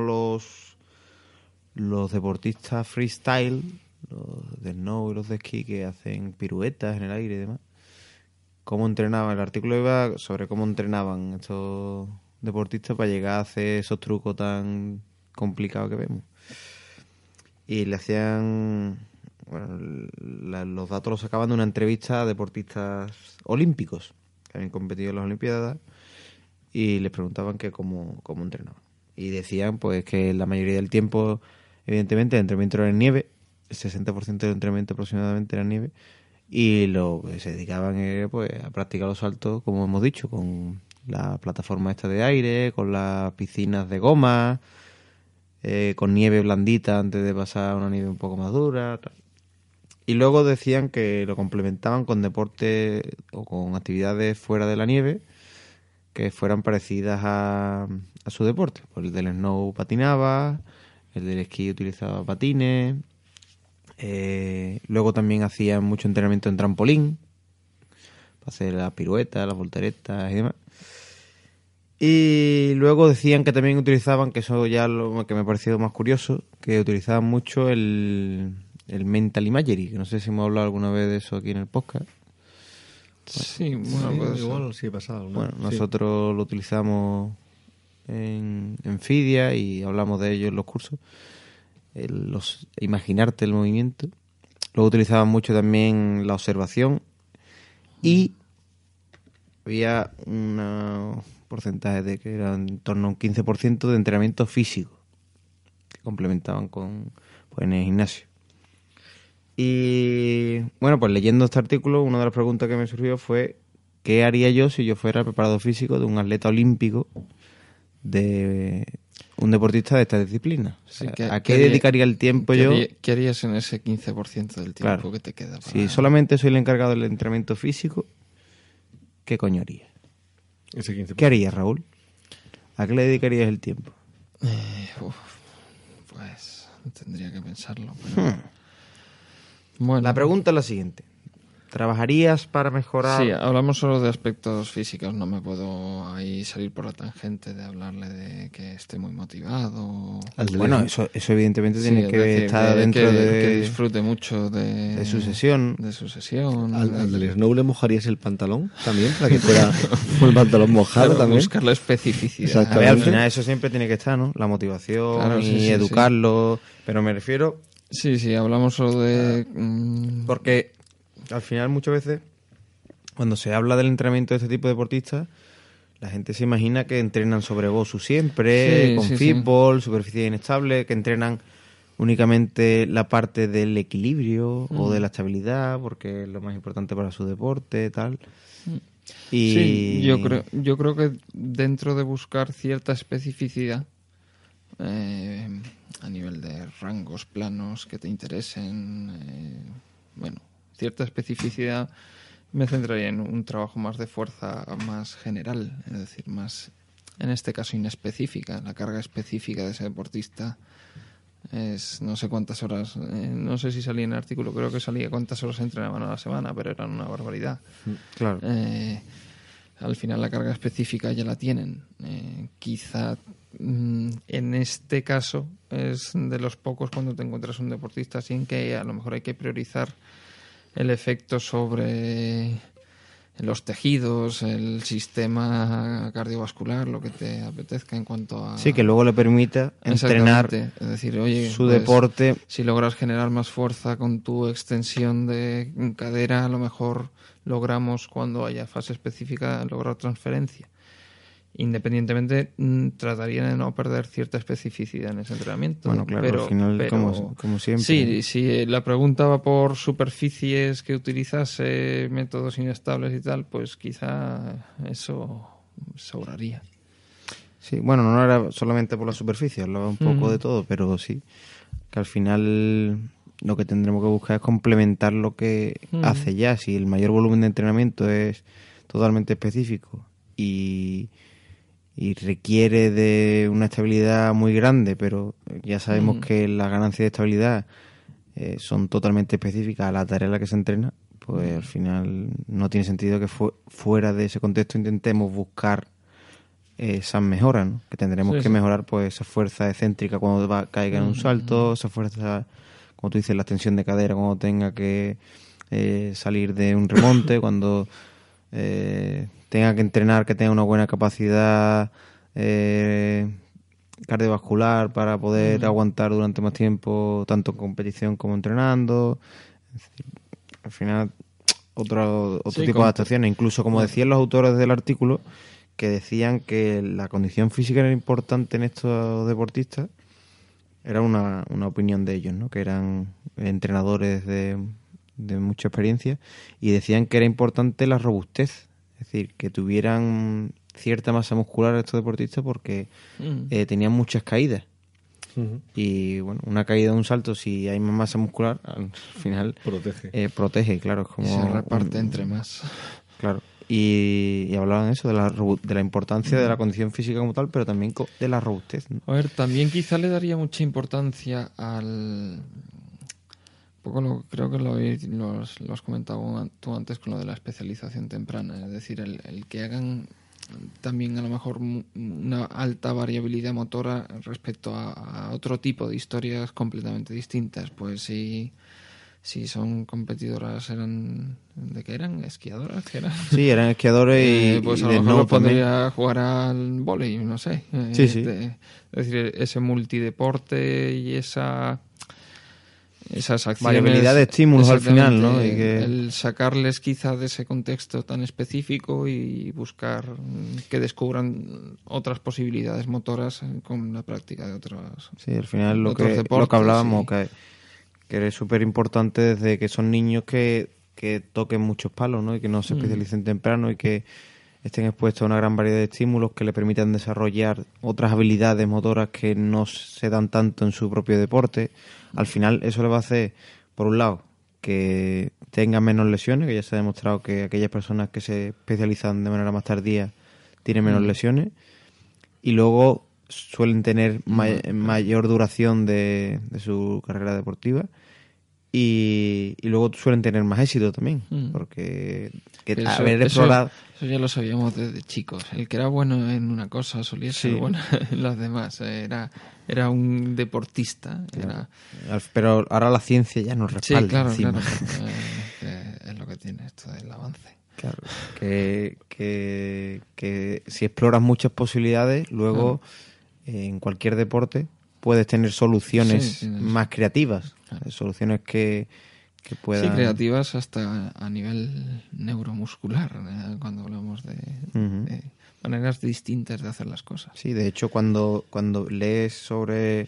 los deportistas freestyle, los de snow y los de esquí que hacen piruetas en el aire y demás, cómo entrenaban. El artículo iba sobre cómo entrenaban estos deportistas para llegar a hacer esos trucos tan complicados que vemos. Y le hacían... Bueno, los datos los sacaban de una entrevista a deportistas olímpicos que habían competido en las Olimpiadas y les preguntaban que cómo entrenaban. Y decían pues que la mayoría del tiempo, evidentemente, el entrenamiento era en nieve, el 60% del entrenamiento aproximadamente era en nieve, y lo que se dedicaban era pues a practicar los saltos, como hemos dicho, con la plataforma esta de aire, con las piscinas de goma, con nieve blandita antes de pasar a una nieve un poco más dura, tal. Y luego decían que lo complementaban con deportes o con actividades fuera de la nieve que fueran parecidas a su deporte. Pues el del snow patinaba, el del esquí utilizaba patines. Luego también hacían mucho entrenamiento en trampolín para hacer las piruetas, las volteretas y demás. Y luego decían que también utilizaban, que eso ya lo que me ha parecido más curioso, que utilizaban mucho el mental imagery, que no sé si hemos hablado alguna vez de eso aquí en el podcast. Sí, bueno, Sí, puede ser. igual sí he pasado. ¿no? Bueno, Sí. nosotros lo utilizamos en FIDIA y hablamos de ello en los cursos. Imaginarte el movimiento. Luego utilizaban mucho también la observación y había un porcentaje de que era en torno a un 15% de entrenamiento físico que complementaban con pues, en el gimnasio. Y bueno, pues leyendo este artículo, una de las preguntas que me surgió fue ¿qué haría yo si yo fuera preparado físico de un atleta olímpico, de un deportista de esta disciplina? O sea, Sí, ¿a qué dedicaría el tiempo yo? ¿Qué harías en ese 15% del tiempo Claro. que te queda? Para... Si solamente soy el encargado del entrenamiento físico, ¿qué coño haría? Ese 15%. ¿Qué harías, Raúl? ¿A qué le dedicarías el tiempo? Pues tendría que pensarlo. Pero... Bueno, La pregunta es la siguiente. ¿Trabajarías para mejorar? Sí, hablamos solo de aspectos físicos. No me puedo ahí salir por la tangente de hablarle de que esté muy motivado. Bueno, eso evidentemente Sí, tiene es que decir, estar de dentro que disfrute mucho de su sesión. De su sesión. ¿Al del Snow le mojarías el pantalón también? Para que fuera un pantalón mojado Claro, también. buscar la especificidad. Exacto. A ver, al final eso siempre tiene que estar, ¿no? La motivación Claro, y sí, sí, educarlo. Pero me refiero Sí, hablamos solo de... porque Al final, muchas veces, cuando se habla del entrenamiento de este tipo de deportistas, la gente se imagina que entrenan sobre Gosu siempre, con fútbol, superficie inestable, que entrenan únicamente la parte del equilibrio o de la estabilidad, porque es lo más importante para su deporte, tal. Y... Sí, yo creo que dentro de buscar cierta especificidad, a nivel de rangos, planos que te interesen, cierta especificidad, me centraría en un trabajo más de fuerza, más general, es decir, más, en este caso, inespecífica. La carga específica de ese deportista es no sé cuántas horas, no sé si salía en el artículo, creo que salía cuántas horas entrenaban a la semana, pero eran una barbaridad. Claro. Al final la carga específica ya la tienen. Quizá en este caso es de los pocos cuando te encuentras un deportista así en que a lo mejor hay que priorizar el efecto sobre los tejidos, el sistema cardiovascular, lo que te apetezca en cuanto a... Sí, que luego le permita entrenar es decir, oye, su deporte. Si logras generar más fuerza con tu extensión de cadera, a lo mejor logramos, cuando haya fase específica, lograr transferencia. Independientemente, trataría de no perder cierta especificidad en ese entrenamiento. Bueno, claro, pero, al final, como siempre. Sí, si la pregunta va por superficies que utilizase, métodos inestables y tal, pues quizá eso sobraría. Sí, bueno, no era solamente por la superficie, hablaba un poco de todo, pero sí, que al final lo que tendremos que buscar es complementar lo que hace ya. Si el mayor volumen de entrenamiento es totalmente específico y requiere de una estabilidad muy grande, pero ya sabemos que las ganancias de estabilidad son totalmente específicas a la tarea en la que se entrena, pues al final no tiene sentido que fuera de ese contexto intentemos buscar esas mejoras, ¿no? Que tendremos que mejorar pues esa fuerza excéntrica cuando caiga en un salto, esa fuerza, como tú dices, la extensión de cadera cuando tenga que salir de un remonte, cuando tenga que entrenar, que tenga una buena capacidad cardiovascular para poder aguantar durante más tiempo, tanto en competición como entrenando. Es decir, al final, otro tipo de adaptaciones. Incluso, como decían los autores del artículo, que decían que la condición física era importante en estos deportistas, era una opinión de ellos, ¿no? Que eran entrenadores de mucha experiencia, y decían que era importante la robustez, es decir, que tuvieran cierta masa muscular estos deportistas porque tenían muchas caídas. Y bueno, una caída de un salto, si hay más masa muscular, al final protege, claro, es como se reparte entre más. Claro. Y hablaban eso de la importancia de la condición física como tal, pero también de la robustez, ¿no? A ver, también quizá le daría mucha importancia al... creo que lo has comentado tú antes con lo de la especialización temprana, es decir, el que hagan también a lo mejor una alta variabilidad motora respecto a otro tipo de historias completamente distintas. Pues si son competidoras, ¿de qué eran? ¿Esquiadoras? ¿Qué eran? Sí, eran esquiadores pues y a lo de mejor no lo podría jugar al vóley, no sé. Sí. Es decir, ese multideporte y esas acciones, variabilidad de estímulos al final, ¿no? Y el sacarles quizá de ese contexto tan específico y buscar que descubran otras posibilidades motoras con la práctica de otros. Sí, al final lo que hablábamos, que es súper importante desde que son niños que toquen muchos palos, ¿no? Y que no se especialicen temprano y que estén expuestos a una gran variedad de estímulos que le permitan desarrollar otras habilidades motoras que no se dan tanto en su propio deporte. Al final eso le va a hacer, por un lado, que tengan menos lesiones, que ya se ha demostrado que aquellas personas que se especializan de manera más tardía tienen menos lesiones, y luego suelen tener mayor duración de su carrera deportiva, y luego suelen tener más éxito también, porque haber explorado... Eso ya lo sabíamos desde chicos. El que era bueno en una cosa solía ser bueno en las demás. Era un deportista. Claro. Pero ahora la ciencia ya nos respalda. Sí, claro, encima. claro. Es lo que tiene esto del avance. Claro, que si exploras muchas posibilidades, luego en cualquier deporte puedes tener soluciones más creativas, soluciones que que pueda... Sí, creativas hasta a nivel neuromuscular, cuando hablamos de maneras distintas de hacer las cosas. Sí, de hecho, cuando lees sobre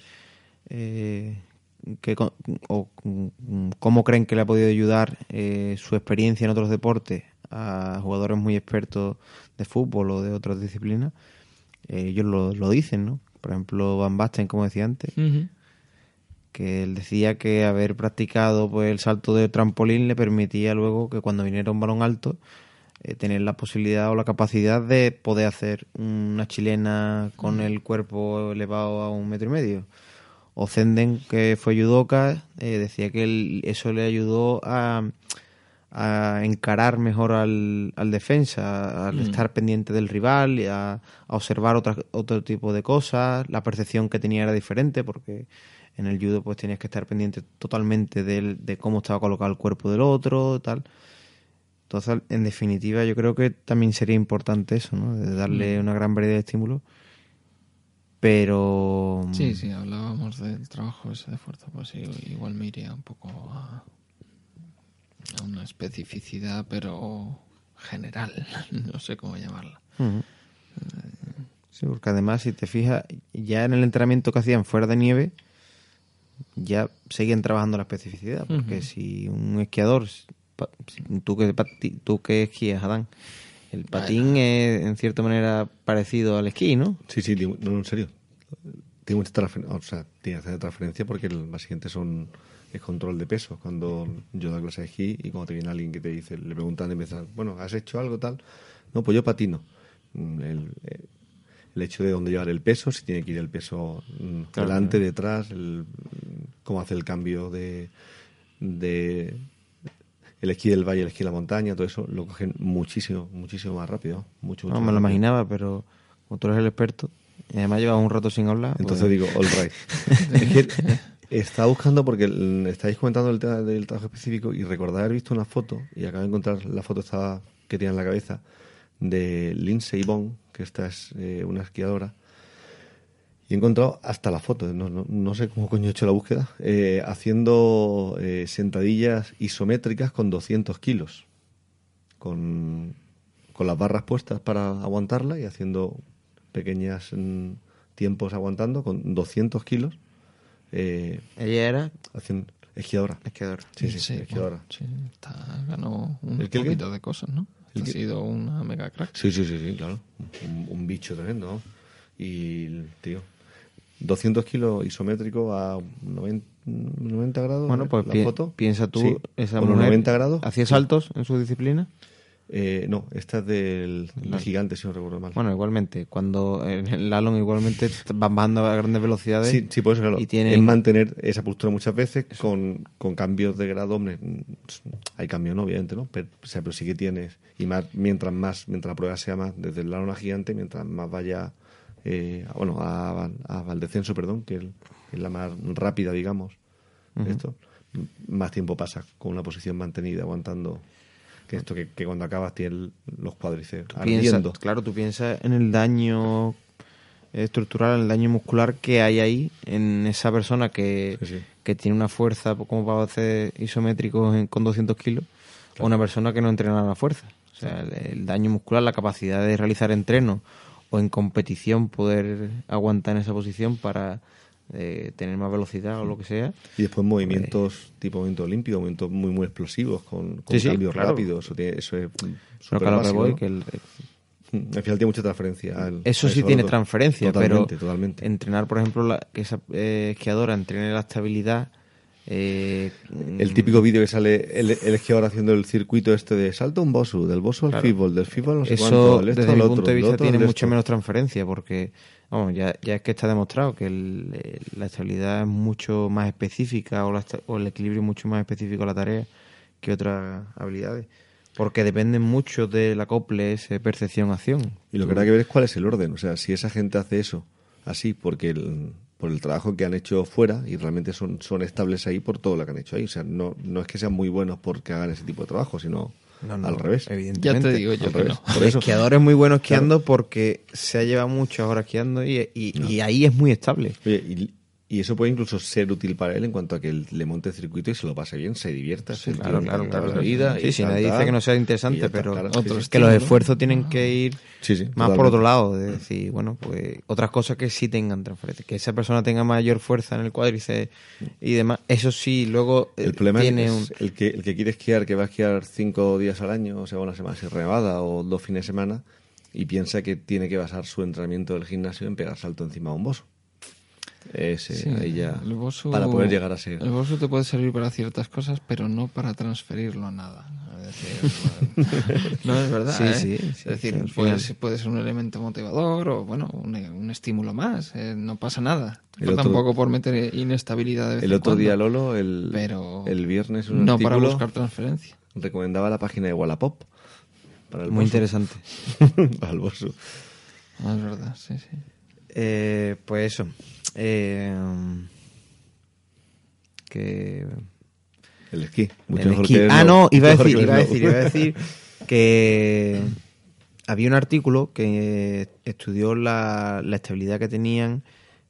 cómo creen que le ha podido ayudar su experiencia en otros deportes a jugadores muy expertos de fútbol o de otras disciplinas, ellos lo dicen, ¿no? Por ejemplo, Van Basten, como decía antes, que él decía que haber practicado pues el salto de trampolín le permitía luego que cuando viniera un balón alto tener la posibilidad o la capacidad de poder hacer una chilena con el cuerpo elevado a 1,5 metros. O Zenden, que fue judoka, decía que eso le ayudó a encarar mejor al defensa, al estar pendiente del rival, y a observar otro tipo de cosas. La percepción que tenía era diferente, porque en el judo pues tenías que estar pendiente totalmente de cómo estaba colocado el cuerpo del otro, tal. Entonces, en definitiva, yo creo que también sería importante eso, ¿no? De darle una gran variedad de estímulos. Pero... Sí, hablábamos del trabajo ese de fuerza, pues sí, igual me iría un poco a una especificidad, pero general, no sé cómo llamarla. Sí, porque además, si te fijas, ya en el entrenamiento que hacían fuera de nieve, ya seguían trabajando la especificidad, porque si un esquiador... Tú que esquías, Adán, el patín es en cierta manera parecido al esquí, ¿no? Sí, no, en serio. Tiene mucha transferencia, o sea, tiene que hacer transferencia porque las siguientes es control de peso. Cuando yo doy clase de esquí y cuando te viene alguien que te dice, le preguntan de empezar, bueno, ¿has hecho algo tal? No, pues yo patino. El hecho de dónde llevar el peso, si tiene que ir el peso delante, detrás, cómo hace el cambio de el esquí del valle, el esquí de la montaña, todo eso lo cogen muchísimo más rápido. Mucho no, me lo imaginaba, pero como tú eres el experto, y además llevas un rato sin hablar... Entonces digo, all right. Es que estaba buscando, porque estáis comentando el tema del trabajo específico, y recordaba haber visto una foto, y acabo de encontrar la foto que tenía en la cabeza, de Lindsey Vonn, que esta es una esquiadora, y he encontrado hasta la foto, no sé cómo coño he hecho la búsqueda, haciendo sentadillas isométricas con 200 kilos, con las barras puestas para aguantarla y haciendo pequeños tiempos aguantando con 200 kilos. ¿Ella era? Esquiadora. Sí, esquiadora. Bueno, sí, ganó un poquito de cosas, ¿no? Ha sido una mega crack. Sí, claro. Un bicho tremendo, ¿no? Y, tío... 200 kilos isométrico a 90 grados. Bueno, pues foto. Piensa tú, sí, esa mujer 90 grados. ¿Hacía saltos en su disciplina? No, esta es del gigante, si no recuerdo mal. Bueno, igualmente, cuando en el slalom igualmente van bajando a grandes velocidades. Sí, por eso, claro. Es mantener esa postura muchas veces con cambios de grado. Hombre, hay cambios, ¿no? Obviamente, ¿no? Pero sí que tienes. Y mientras la prueba sea más, desde el slalom a gigante, mientras más vaya... al descenso, perdón, que es la más rápida, digamos, esto, más tiempo pasa con una posición mantenida, aguantando, que esto que cuando acabas tienes los cuádriceps ardiendo. Claro, tú piensas en el daño estructural, en el daño muscular que hay ahí en esa persona que tiene una fuerza como para hacer isométricos con 200 kilos, o una persona que no entrena la fuerza. O sea, el daño muscular, la capacidad de realizar entrenos o en competición poder aguantar en esa posición para tener más velocidad o lo que sea. Y después movimientos tipo movimiento olímpico, movimientos muy explosivos, con cambios rápidos. Eso es súper básico, ¿no? Al final tiene mucha transferencia. Eso sí tiene transferencia, totalmente. Entrenar, por ejemplo, que esa esquiadora entrene la estabilidad... el típico vídeo que sale el esquiador haciendo el circuito de salto un bosu, del bosu al fútbol, del fútbol no sé eso cuánto, desde mi punto de vista tiene mucha menos transferencia, porque vamos, ya es que está demostrado que la estabilidad es mucho más específica o el equilibrio es mucho más específico a la tarea que otras habilidades, porque dependen mucho del acople, esa percepción-acción. Y lo que habrá que ver es cuál es el orden, o sea, si esa gente hace eso así porque por el trabajo que han hecho fuera, y realmente son estables ahí por todo lo que han hecho ahí. O sea, no es que sean muy buenos porque hagan ese tipo de trabajo, sino al revés. Evidentemente. Ya te digo yo que no. El esquiador es muy bueno esquiando porque se ha llevado muchas horas esquiando y ahí es muy estable. Oye, Y eso puede incluso ser útil para él en cuanto a que le monte el circuito y se lo pase bien, se divierta. Sí, se claro. la vida. Sí, y si nadie dice que no sea interesante, pero Otros que los estímulos. esfuerzos tienen que ir Sí, más totalmente. por otro lado. De decir, bueno, pues otras cosas que sí tengan transferencia. Que esa persona tenga mayor fuerza en el cuádriceps y demás. Eso sí, luego El problema tiene es el que quiere esquiar, que va a esquiar 5 días al año, o sea, una semana Sierra Nevada o 2 fines de semana, y piensa que tiene que basar su entrenamiento del gimnasio en pegar salto encima de un boso. Sí, Ahí ya, el bosu- para poder llegar a ser. El bosu te puede servir para ciertas cosas, pero no para transferirlo a nada. Es decir, no es verdad. Sí, ¿eh? sí, Es sí, decir, al final. puede ser un elemento motivador o bueno, un estímulo más. No pasa nada. El No otro- tampoco por meter inestabilidad de vez El en otro cuando, día, Lolo, pero el viernes, un no para artículo buscar transferencia. recomendaba la página de Wallapop para el muy bosu. interesante. Para el bosu. No, es verdad, sí, sí. Pues eso. Que El esquí. Mucho el mejor esquí. que el Ah, snow. no, iba a Mucho mejor decir, que el iba a snow. decir que había un artículo que estudió la estabilidad que tenían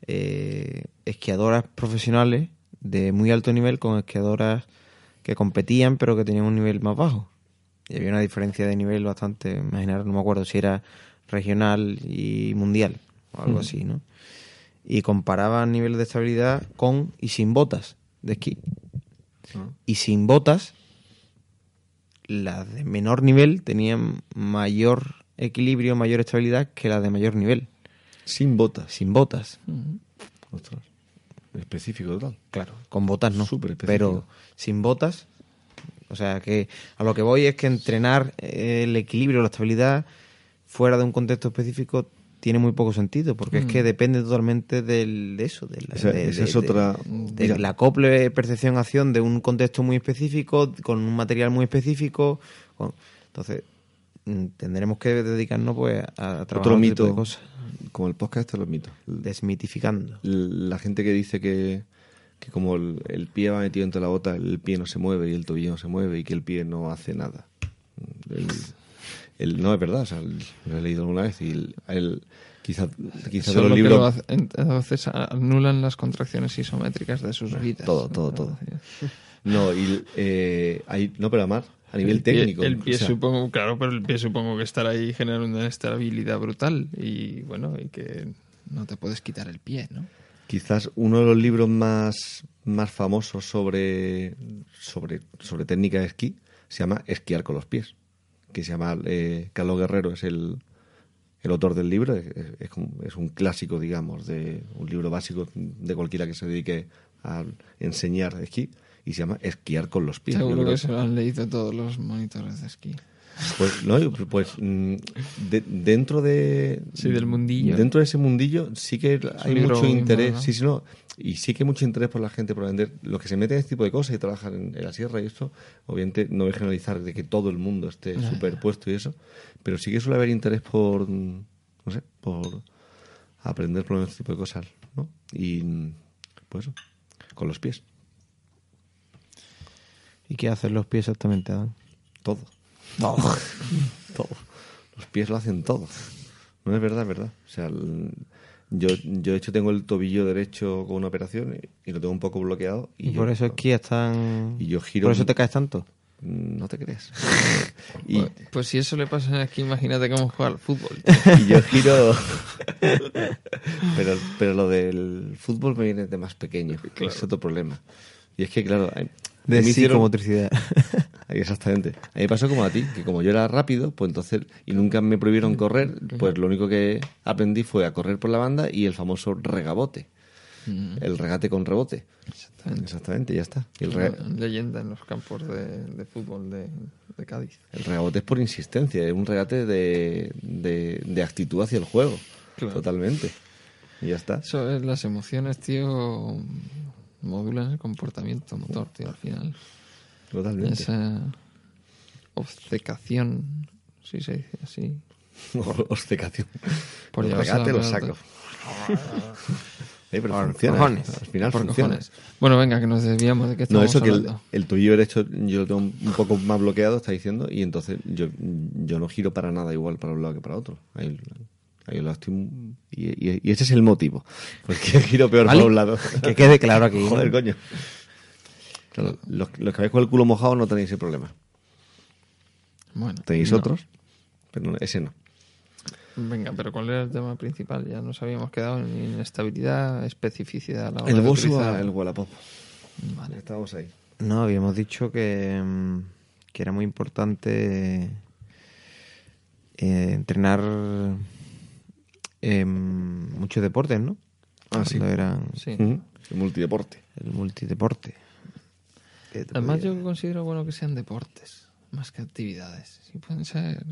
esquiadoras profesionales de muy alto nivel con esquiadoras que competían pero que tenían un nivel más bajo. Y había una diferencia de nivel bastante, imaginar, no me acuerdo si era regional y mundial o algo así, ¿no? Y comparaban niveles de estabilidad con y sin botas de esquí. Y sin botas, las de menor nivel tenían mayor equilibrio, mayor estabilidad que las de mayor nivel. Sin botas. Sin botas. Ostras. Específico total. Claro, con botas no. Súper específico. Pero sin botas, o sea que a lo que voy es que entrenar el equilibrio, la estabilidad fuera de un contexto específico tiene muy poco sentido, porque es que depende totalmente de eso, Esa es otra. de Mira, la acople percepción-acción de un contexto muy específico, con un material muy específico. Entonces, tendremos que dedicarnos pues a trabajar otro otro tipo de mito. cosas, Como el podcast, esto es los mitos. desmitificando. La gente que dice que como el pie va metido entre la bota, el pie no se mueve y el tobillo no se mueve y que el pie no hace nada. No es verdad, o sea, lo he leído alguna vez y quizás de Solo los que libros. lo entonces anulan las contracciones isométricas de sus vidas. Todo. No, no, pero además, a nivel técnico. El pie o sea, supongo, claro, pero el pie supongo que estará ahí genera una estabilidad brutal y bueno, y que no te puedes quitar el pie, ¿no? quizás uno de los libros más famosos sobre técnica de esquí se llama Esquiar con los pies, que se llama Carlos Guerrero, es el autor del libro, es un clásico, digamos, de un libro básico de cualquiera que se dedique a enseñar esquí, y se llama Esquiar con los pies. Seguro que se lo han leído todos los monitores de esquí. Pues no, dentro de Sí, del mundillo. dentro de ese mundillo sí que hay libro mucho mismo, interés, ¿no? sí, no, y sí que hay mucho interés por la gente por vender. Los que se meten en este tipo de cosas y trabajan en la sierra y esto, obviamente no voy a generalizar de que todo el mundo esté superpuesto y eso, pero sí que suele haber interés por, no sé, por aprender por este tipo de cosas, ¿no? Y pues eso, con los pies, ¿Y qué hacen los pies exactamente, Adán? todo. Todo. Los pies lo hacen todo. No es verdad, es verdad. O sea, yo de hecho tengo el tobillo derecho con una operación y lo tengo un poco bloqueado. Y por eso esquías tan... Y yo giro... ¿Por eso te caes tanto? No te crees. Pues si eso le pasa en esquí, imagínate cómo jugar al fútbol. Y yo giro... pero lo del fútbol me viene de más pequeño. Claro. Es otro problema. Y es que, claro... De psicomotricidad. Exactamente. A mí me pasó como a ti, que como yo era rápido, pues entonces, y nunca me prohibieron correr, pues lo único que aprendí fue a correr por la banda y el famoso regabote. El regate con rebote. Exactamente, ya está. Y leyenda en los campos de fútbol de Cádiz. El regabote es por insistencia, es un regate de actitud hacia el juego. Claro. Totalmente. Y ya está. Eso es las emociones, tío, modulan el comportamiento motor, tío, al final. Totalmente. Esa obcecación, si se dice así. Obcecación. Por el regate lo saco. Pero funciona. Cojones. Al final Por funciona. cojones. Bueno, venga, que nos desviamos de que estamos No, eso hablando. que el tobillo derecho yo lo tengo un poco más bloqueado, está diciendo, y entonces yo no giro para nada igual para un lado que para otro. Hay sea, yo lo estoy... Y ese es el motivo. Porque giro peor ¿Vale? por un lado. Que quede claro aquí. ¿no? Joder, coño. Claro, los que vais con el culo mojado no tenéis ese problema. Bueno, Tenéis no. otros, pero ese no. Venga, pero ¿cuál era el tema principal? Ya nos habíamos quedado en inestabilidad, especificidad. a la hora El de boss o utilizar. el Wallapop. Vale. Estábamos ahí. No, habíamos dicho que era muy importante entrenar muchos deportes, ¿no? Ah, sí. Cuando eran Sí. Ujú. El multideporte. el multideporte. Que te Además, podía- yo considero bueno que sean deportes, más que actividades. Sí, pueden ser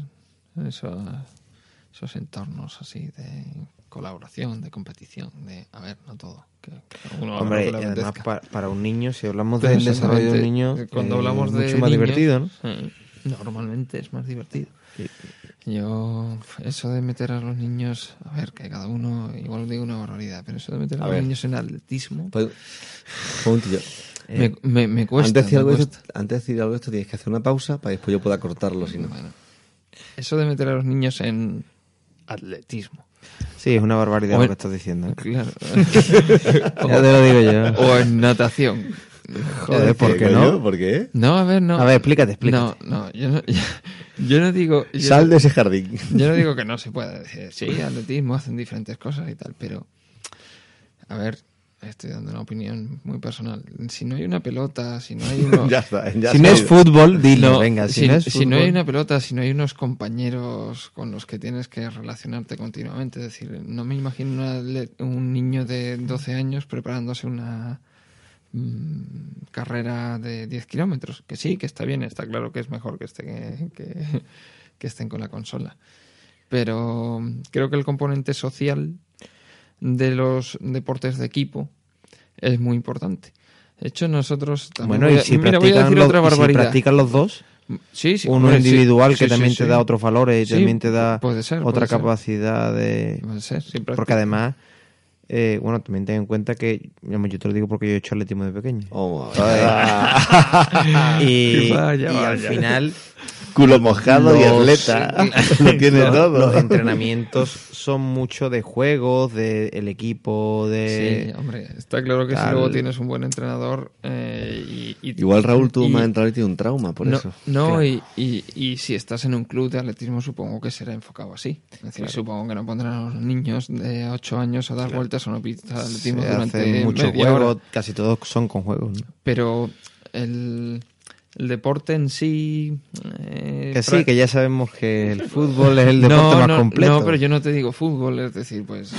esos entornos así de colaboración, de competición, de, a ver, no todo. Que uno haga Hombre, lo que le además apetezca. para un niño, si hablamos Pero del desarrollo de un exactamente, niño, cuando hablamos de mucho más niños, divertido, ¿no? Normalmente es más divertido. Yo, eso de meter a los niños, a ver, que cada uno, igual digo una barbaridad, pero eso de meter a, A los ver. niños en atletismo, Pues, un momentillo. me cuesta. Antes de decir me algo de cuesta. esto, antes de decir algo de esto, tienes que hacer una pausa para después yo pueda cortarlo. Si no. Bueno, eso de meter a los niños en atletismo. Sí, es una barbaridad O lo en- que estás diciendo. ¿eh? Claro. Ya te lo digo yo. O en natación. Joder, ¿por qué coño? no? ¿Por qué? No, a ver, no. A ver, explícate. No, yo no, yo no digo... Sal de ese jardín. Yo no digo que no se pueda decir. Sí, atletismo, hacen diferentes cosas y tal, pero... A ver, estoy dando una opinión muy personal. Si no hay una pelota, si no hay unos... Ya está. Ya Si se no ha es ido. fútbol, dilo, No, venga. si no es si no hay fútbol- una pelota, si no hay unos compañeros con los que tienes que relacionarte continuamente, es decir, no me imagino un niño de 12 años preparándose una carrera de 10 kilómetros, que sí, que está bien, está claro que es mejor que estén con la consola. Pero creo que el componente social de los deportes de equipo es muy importante. De hecho, nosotros también... Bueno, y si voy a practican decir los, otra y si barbaridad. practican los dos, Sí, sí, uno hombre, sí. individual Sí, que sí, también sí. te da otros valores y Sí, también te da puede ser, otra puede ser. capacidad de... Puede ser, sí, Porque además, bueno, también ten en cuenta que, digamos, yo te lo digo porque yo he hecho atletismo de pequeño. Oh, Y, Vaya, y al vaya. final culo mojado y atleta. Lo tiene los, todo. los entrenamientos son mucho de juegos, del equipo, Sí, de... hombre, está claro que si tal. luego tienes un buen entrenador Igual Raúl tuvo y- más entrada y tiene un trauma por no, eso. no Claro. y si estás en un club de atletismo supongo que será enfocado así. Es decir, supongo que no pondrán a los niños de 8 años a dar vueltas a una pista de atletismo se durante hacen muchos media hora. juegos, casi todos son con juegos, ¿no? Pero el deporte en sí... Que sí, que ya sabemos que el fútbol es el deporte más completo. No, pero yo no te digo fútbol, es decir, pues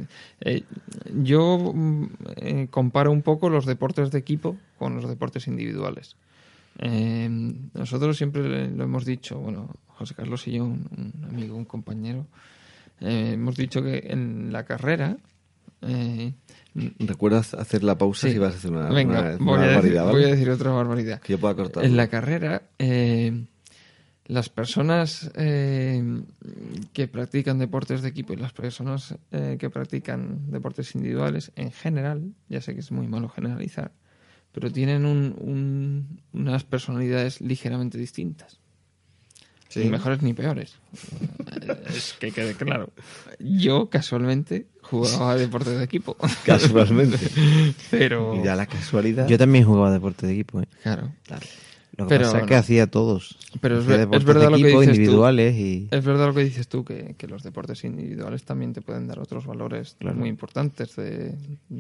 yo comparo un poco los deportes de equipo con los deportes individuales. Nosotros siempre lo hemos dicho, bueno, José Carlos y yo, un amigo, un compañero, hemos dicho que en la carrera... ¿Recuerdas hacer la pausa sí. si vas a hacer una, Venga, una voy a barbaridad? ¿vale? voy a decir otra barbaridad. Que yo pueda cortar. En la carrera, las personas que practican deportes de equipo y las personas que practican deportes individuales, en general, ya sé que es muy malo generalizar, pero tienen unas personalidades ligeramente distintas. Sí. Ni mejores ni peores. Es que quede claro. Yo, casualmente, jugaba a deportes de equipo. Casualmente. Pero... Y ya la casualidad. Yo también jugaba deporte de equipo, ¿eh? Claro. Lo que Pero pasa es que no. hacía todos. Pero es Hacía deportes verdad de lo que equipo, dices tú. individuales y... Es verdad lo que dices tú, que los deportes individuales también te pueden dar otros valores muy importantes de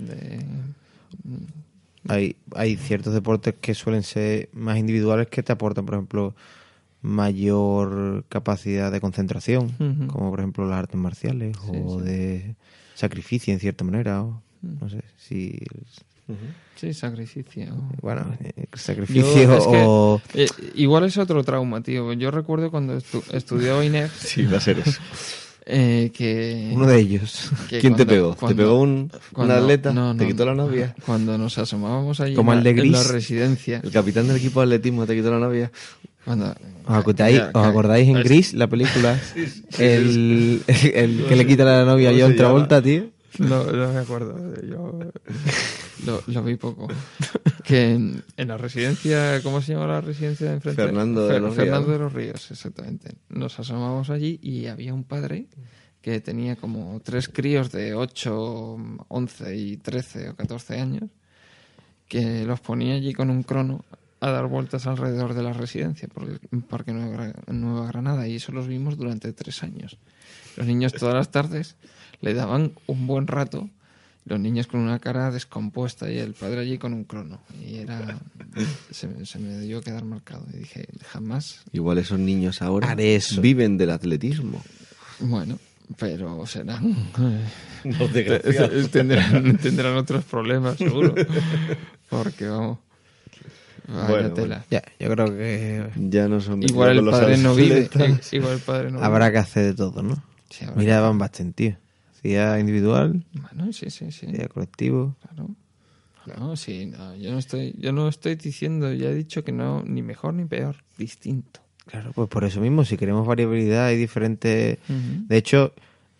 Hay ciertos deportes que suelen ser más individuales que te aportan, por ejemplo, mayor capacidad de concentración, Ujú. como por ejemplo las artes marciales o de sacrificio en cierta manera. O, no sé si... sí, sacrificio. Bueno, Yo, sacrificio es que, o... igual es otro trauma, tío. Yo recuerdo cuando estudiaba INEF Sí, va a ser eso. que... Uno de ellos. que ¿Quién te cuando- pegó? ¿Te cuando- pegó un cuando- atleta? no, ¿Te no. quitó la novia? Cuando nos asomábamos allí Como el de en la Gris. residencia. ¿El capitán del equipo de atletismo te quitó la novia? ¿Os acordáis en Gris, la película? El que le quita la novia a ¿Cómo John se Travolta, tío. No me acuerdo. Yo lo vi poco. Que en la residencia, ¿cómo se llama la residencia de enfrente? Fernando de los Ríos. Fernando de los Ríos, exactamente. Nos asomamos allí y había un padre que tenía como 3 críos de 8, 11 y 13 o 14 años, que los ponía allí con un crono a dar vueltas alrededor de la residencia por el Parque Nueva Granada, y eso los vimos durante 3 años. Los niños todas las tardes le daban un buen rato, los niños con una cara descompuesta y el padre allí con un crono, y se me debió quedar marcado, y dije, jamás. Igual esos niños ahora Haré eso. viven del atletismo. Bueno, pero serán Los desgraciados. tendrán otros problemas, seguro, porque vamos, vaya Bueno, tela. Ya, yo creo que Ya no son Igual el con los padre no vive, atletas. igual el padre no habrá vive. que hacer de todo, ¿no? Sí, habrá Mira que- Van Basten, tío. Hacía individual, Bueno, sí, hacía colectivo. claro. No, sí, no, yo no estoy diciendo, ya he dicho que no, ni mejor ni peor, distinto. Claro, pues por eso mismo, si queremos variabilidad y diferentes... Ujú. De hecho,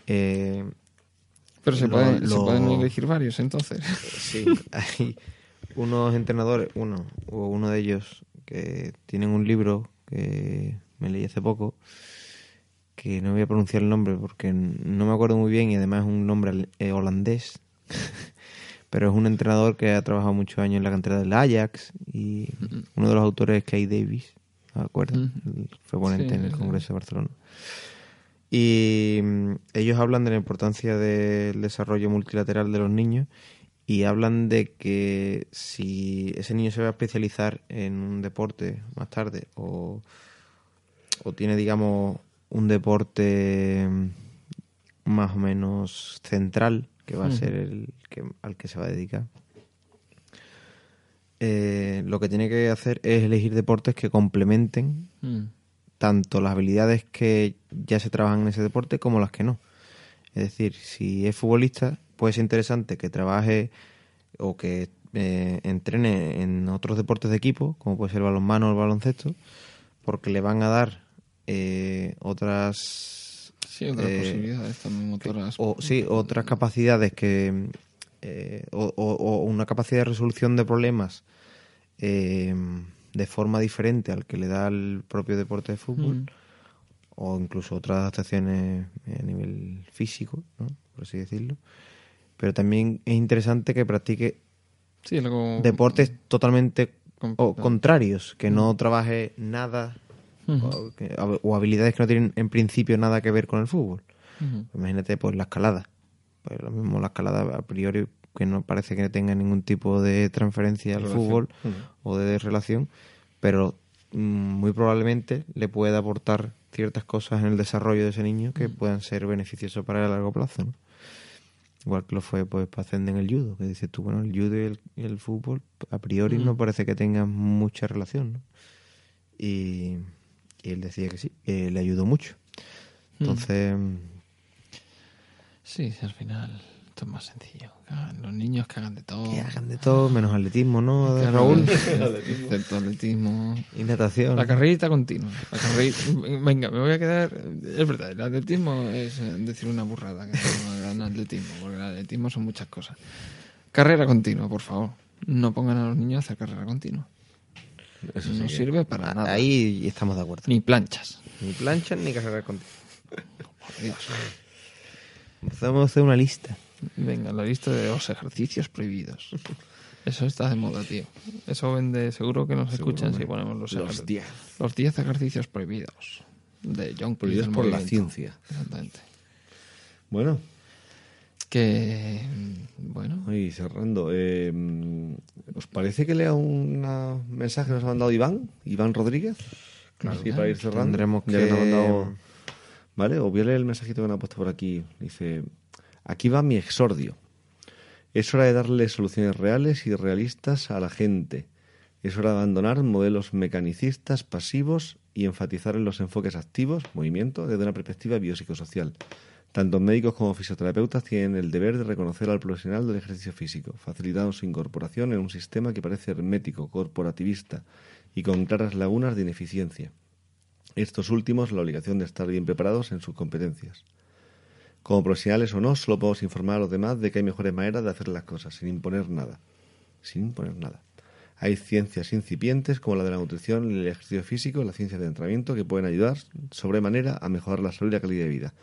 Pero se Lo- pueden elegir varios, entonces. sí, hay unos entrenadores, uno de ellos, que tienen un libro que me leí hace poco, que no voy a pronunciar el nombre porque no me acuerdo muy bien y además es un nombre holandés, pero es un entrenador que ha trabajado muchos años en la cantera del Ajax, y uno de los autores es Kay Davis, ¿me acuerdo? Fue ponente Sí, en el sí. Congreso de Barcelona. Y ellos hablan de la importancia del desarrollo multilateral de los niños, y hablan de que si ese niño se va a especializar en un deporte más tarde o tiene, digamos, un deporte más o menos central, que va a ser al que se va a dedicar, lo que tiene que hacer es elegir deportes que complementen tanto las habilidades que ya se trabajan en ese deporte como las que no. Es decir, si es futbolista, puede ser interesante que trabaje o que entrene en otros deportes de equipo, como puede ser el balonmano o el baloncesto, porque le van a dar otras... Sí, otras posibilidades también, otras capacidades que... o una capacidad de resolución de problemas de forma diferente al que le da el propio deporte de fútbol, o incluso otras adaptaciones a nivel físico, ¿no? Por así decirlo. Pero también es interesante que practique Sí, algo deportes totalmente completamente. contrarios, que no trabaje nada o habilidades que no tienen en principio nada que ver con el fútbol. Imagínate, pues la escalada. Pues lo mismo, la escalada a priori, que no parece que tenga ningún tipo de transferencia al fútbol o de relación, pero muy probablemente le pueda aportar ciertas cosas en el desarrollo de ese niño que puedan ser beneficiosos para él a largo plazo, ¿no? Igual que lo fue pues para Ascender en el judo, que dices tú, bueno, el judo y el fútbol a priori no parece que tengan mucha relación, ¿no? Y él decía que sí, que le ayudó mucho. Entonces, Sí, al final esto es más sencillo. Los niños que hagan de todo. que hagan de todo, menos atletismo, ¿no, Que hagan Raúl? excepto atletismo. Y natación. La carrerita continua. Venga, me voy a quedar... Es verdad, el atletismo es decir una burrada que no hagan atletismo, porque el atletismo son muchas cosas. Carrera continua, por favor. No pongan a los niños a hacer carrera continua. Eso No sí. sirve para nada. Ahí estamos de acuerdo. Ni planchas. Ni planchas ni carreras contigo. Por Dios. Empezamos a hacer una lista. Venga, la lista de los ejercicios prohibidos. Eso está de moda, tío. Eso vende, seguro que nos escuchan si ponemos Los 10. Los 10 ejercicios prohibidos. De John Cleese Prohibidos del por la movimiento. ciencia. Exactamente. Bueno, Que, bueno, y cerrando, ¿os parece que lea un mensaje que nos ha mandado Iván Rodríguez? Claro, Así para ir cerrando. Tendremos Ya que- nos ha mandado... Vale, os voy a leer el mensajito que me ha puesto por aquí. Dice, aquí va mi exordio. Es hora de darle soluciones reales y realistas a la gente. Es hora de abandonar modelos mecanicistas pasivos y enfatizar en los enfoques activos, movimiento, desde una perspectiva biopsicosocial. Tanto médicos como fisioterapeutas tienen el deber de reconocer al profesional del ejercicio físico, facilitando su incorporación en un sistema que parece hermético, corporativista y con claras lagunas de ineficiencia. Estos últimos la obligación de estar bien preparados en sus competencias. Como profesionales o no, solo podemos informar a los demás de que hay mejores maneras de hacer las cosas, sin imponer nada. Sin imponer nada. Hay ciencias incipientes como la de la nutrición y el ejercicio físico, las ciencias de entrenamiento, que pueden ayudar sobremanera a mejorar la salud y la calidad de vida.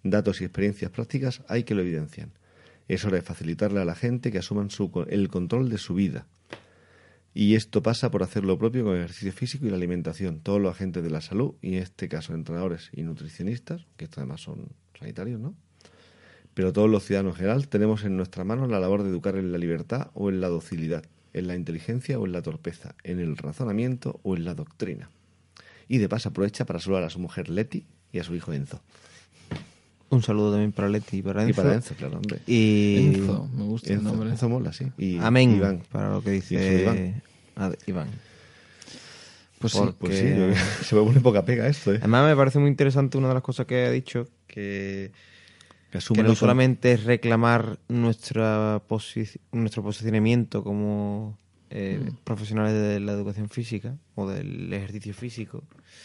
datos y experiencias prácticas hay que lo evidencian. Es hora de facilitarle a la gente que asuman el control de su vida. Y esto pasa por hacer lo propio con el ejercicio físico y la alimentación. Todos los agentes de la salud, y en este caso entrenadores y nutricionistas, que estos además son sanitarios, ¿no? Pero todos los ciudadanos en general tenemos en nuestra mano la labor de educar en la libertad o en la docilidad, en la inteligencia o en la torpeza, en el razonamiento o en la doctrina. Y de paso aprovecha para saludar a su mujer Leti y a su hijo Enzo. Un saludo también para Leti y para Enzo. Y para Enzo, claro, hombre. Y Enzo, me gusta el nombre. Enzo mola, sí. Y amén, Iván. para lo que Y eso, dice Iván. Pues sí. Pues sí, yo- se me pone poca pega esto, ¿eh? Además me parece muy interesante una de las cosas que ha dicho, que asume no el solamente es reclamar nuestro posicionamiento como profesionales de la educación física o del ejercicio físico.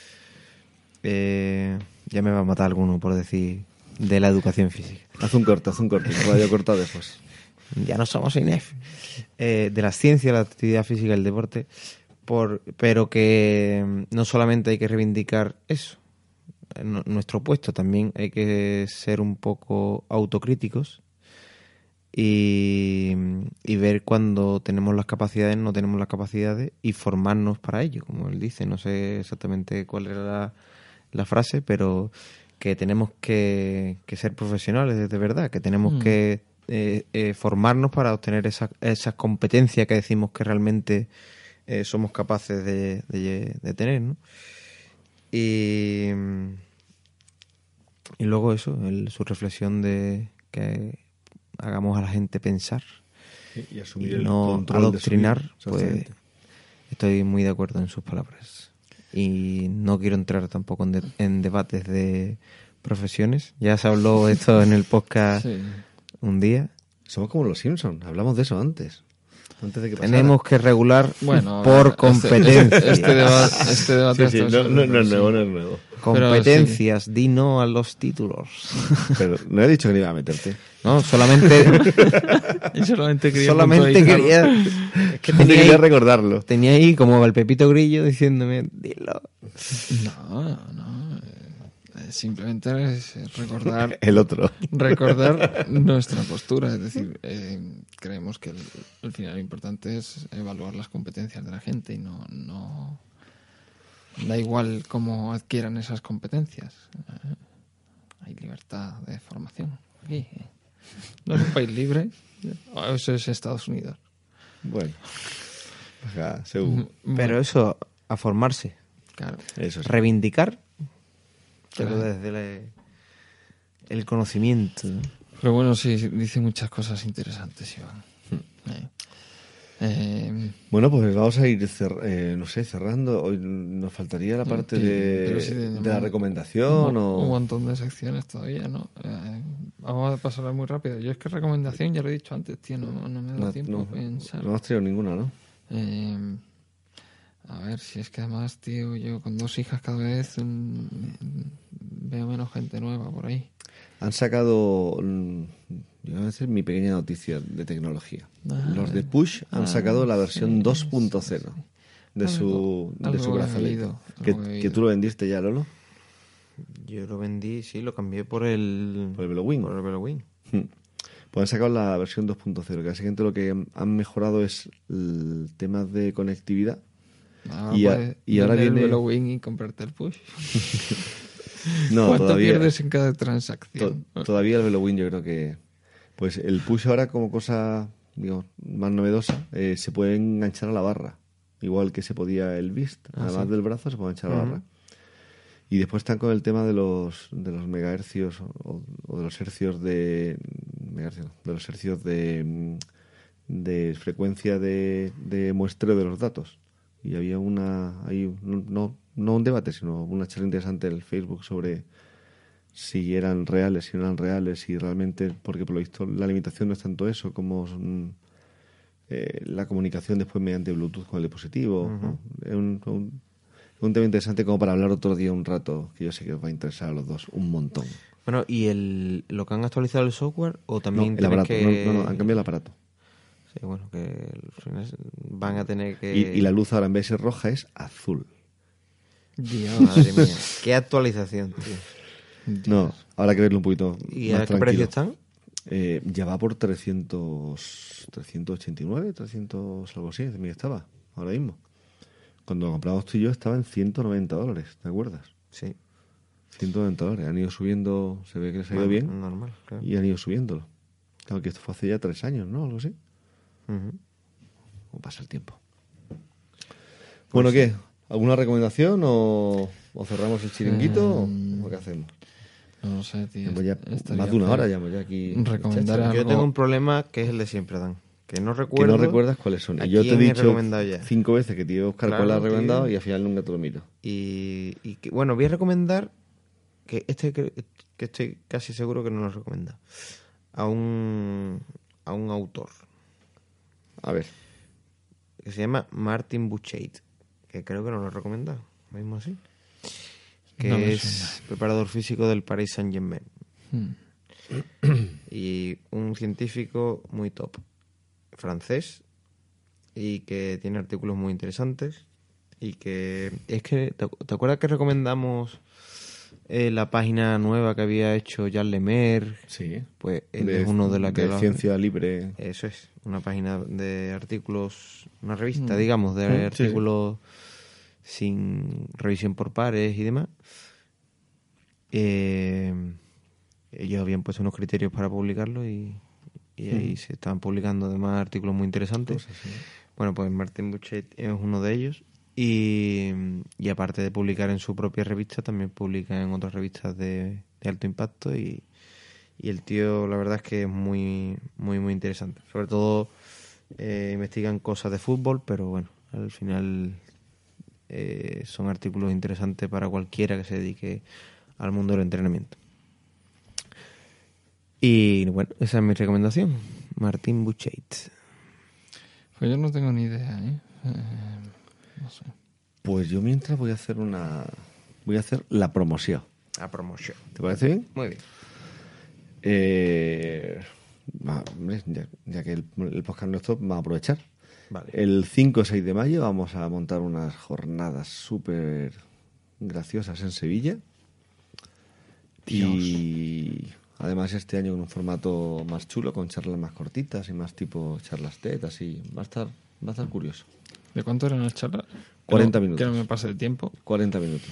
Ya me va a matar alguno por decir de la educación física. Haz un corte, radio cortado después. Ya no somos INEF. De la ciencia, la actividad física y el deporte, pero que no solamente hay que reivindicar eso, nuestro puesto, también hay que ser un poco autocríticos y ver cuando tenemos las capacidades, no tenemos las capacidades y formarnos para ello, como él dice. No sé exactamente cuál era la frase, pero que tenemos que ser profesionales de verdad, que tenemos que formarnos para obtener esas competencias que decimos que realmente somos capaces de tener, ¿no? Y luego eso, su reflexión de que hagamos a la gente pensar Y y asumir el no control adoctrinar, de su vida. pues Exactamente. estoy muy de acuerdo en sus palabras. Y no quiero entrar tampoco en debates de profesiones. Ya se habló esto en el podcast Sí. un día. Somos como los Simpsons, hablamos de eso antes de que pasara. Tenemos que regular Bueno, por competencia. Este debate Sí, sí, está no es sí. nuevo, no es nuevo. Competencias, di no a los títulos. Pero no he dicho que no iba a meterte. No, solamente Y solamente quería solamente puntualizarlo. quería es que Quería tenía ahí, recordarlo. tenía ahí como el Pepito Grillo diciéndome, dilo. No. Simplemente es recordar El otro. nuestra postura. Es decir, creemos que al final lo importante es evaluar las competencias de la gente y no da igual cómo adquieran esas competencias. Hay libertad de formación aquí. No es un país libre, eso es Estados Unidos. Bueno. Ajá, según. Pero eso, a formarse, Claro. Eso sí. reivindicar, pero Claro. desde el conocimiento, ¿no? Pero bueno, sí, dice muchas cosas interesantes, Iván. Bueno, pues vamos a ir cerrando. Hoy nos faltaría la parte pero sí, de la recomendación un o... montón de secciones todavía, ¿no? Vamos a pasarla muy rápido. Yo es que recomendación, ya lo he dicho antes, tío, no me da tiempo a pensar. No has traído ninguna, ¿no? A ver, si es que además, tío, yo con 2 hijas cada vez veo menos gente nueva por ahí. Han sacado, yo voy a decir mi pequeña noticia de tecnología. Los de Push han sacado la versión 2.0 de su algo he brazalete. oído, algo he Que oído. tú lo vendiste ya, Lolo, Yo lo vendí, sí, lo cambié por el VeloWing. Por el VeloWing. Pues han sacado la versión 2.0, que básicamente lo que han mejorado es el tema de conectividad. Y ahora vender viene- el VeloWing y comprarte el Push. No, ¿Cuánto todavía, pierdes en cada transacción? todavía el VeloWing yo creo que... Pues el Push ahora como cosa, digamos, más novedosa, se puede enganchar a la barra. Igual que se podía el Beast. Además del brazo se puede enganchar a la barra. Y después están con el tema de los megahercios o de los hercios de... de los hercios de frecuencia de muestreo de los datos. Y había no un debate, sino una charla interesante en el Facebook sobre si eran reales, si no eran reales, si realmente, porque por lo visto la limitación no es tanto eso como la comunicación después mediante Bluetooth con el dispositivo, ¿no? Es un tema interesante como para hablar otro día un rato, que yo sé que os va a interesar a los dos un montón. Bueno, ¿y lo que han actualizado el software o también No, el aparato, que... no, han cambiado el aparato. Sí, bueno, que van a tener que... Y la luz ahora en vez de ser roja es azul. Dios, madre mía. Qué actualización, tío. No, habrá que verlo un poquito ¿Y más a qué precio tranquilo. están? Ya va por 389, 300, algo así, mira, estaba ahora mismo. Cuando lo compramos tú y yo estaba en $190, ¿te acuerdas? Sí. $190. Han ido subiendo, se ve que les ha ido bien Normal, claro. y han ido subiéndolo. Claro que esto fue hace ya 3 años, ¿no? Algo así. Ujú. ¿Cómo pasa el tiempo? Bueno, ¿qué? ¿Alguna recomendación o cerramos el chiringuito o qué hacemos? No sé, tío. Llevamos ya Estaría más de una feo hora llevamos ya aquí. recomendar muchachos. algo. Yo tengo un problema que es el de siempre, Dan. Que no Que recuerdo. no recuerdas cuáles son. ¿A Y yo te he quién he dicho recomendado ya? 5 veces que te iba a buscar Claro, cuál has recomendado tío. y al final nunca te lo miro. Y que, bueno, voy a recomendar que que estoy casi seguro que no lo he recomendado. A un autor A ver. que se llama Martin Buchheit, que creo que no lo he recomendado, mismo así. Que No me es suena. preparador físico del Paris Saint-Germain. Y un científico muy top, francés, y que tiene artículos muy interesantes. Y que es que, ¿te acuerdas que recomendamos la página nueva que había hecho Jean Lemaire? Sí. Pues él es uno de la que de ciencia libre. Eso es, una página de artículos, una revista, digamos, de artículos sin revisión por pares y demás. Ellos habían puesto unos criterios para publicarlo y ahí se estaban publicando además artículos muy interesantes. Bueno, pues Martin Buchheit es uno de ellos y aparte de publicar en su propia revista, también publica en otras revistas de alto impacto y el tío, la verdad es que es muy, muy, muy interesante. Sobre todo investigan cosas de fútbol, pero bueno, al final son artículos interesantes para cualquiera que se dedique al mundo del entrenamiento. Y bueno, esa es mi recomendación. Martin Buchheit. Pues yo no tengo ni idea, ¿eh? No sé. Pues yo mientras voy a hacer la promoción. A promoción. ¿Te parece bien? Muy bien. Hombre, ya que el podcast nuestro va a aprovechar. Vale. El 5 o 6 de mayo vamos a montar unas jornadas súper graciosas en Sevilla. Y además este año con un formato más chulo, con charlas más cortitas y más tipo charlas TED, así. Va a estar curioso. ¿De cuánto eran las charlas? 40 Que minutos. no me pase el tiempo. 40 minutos.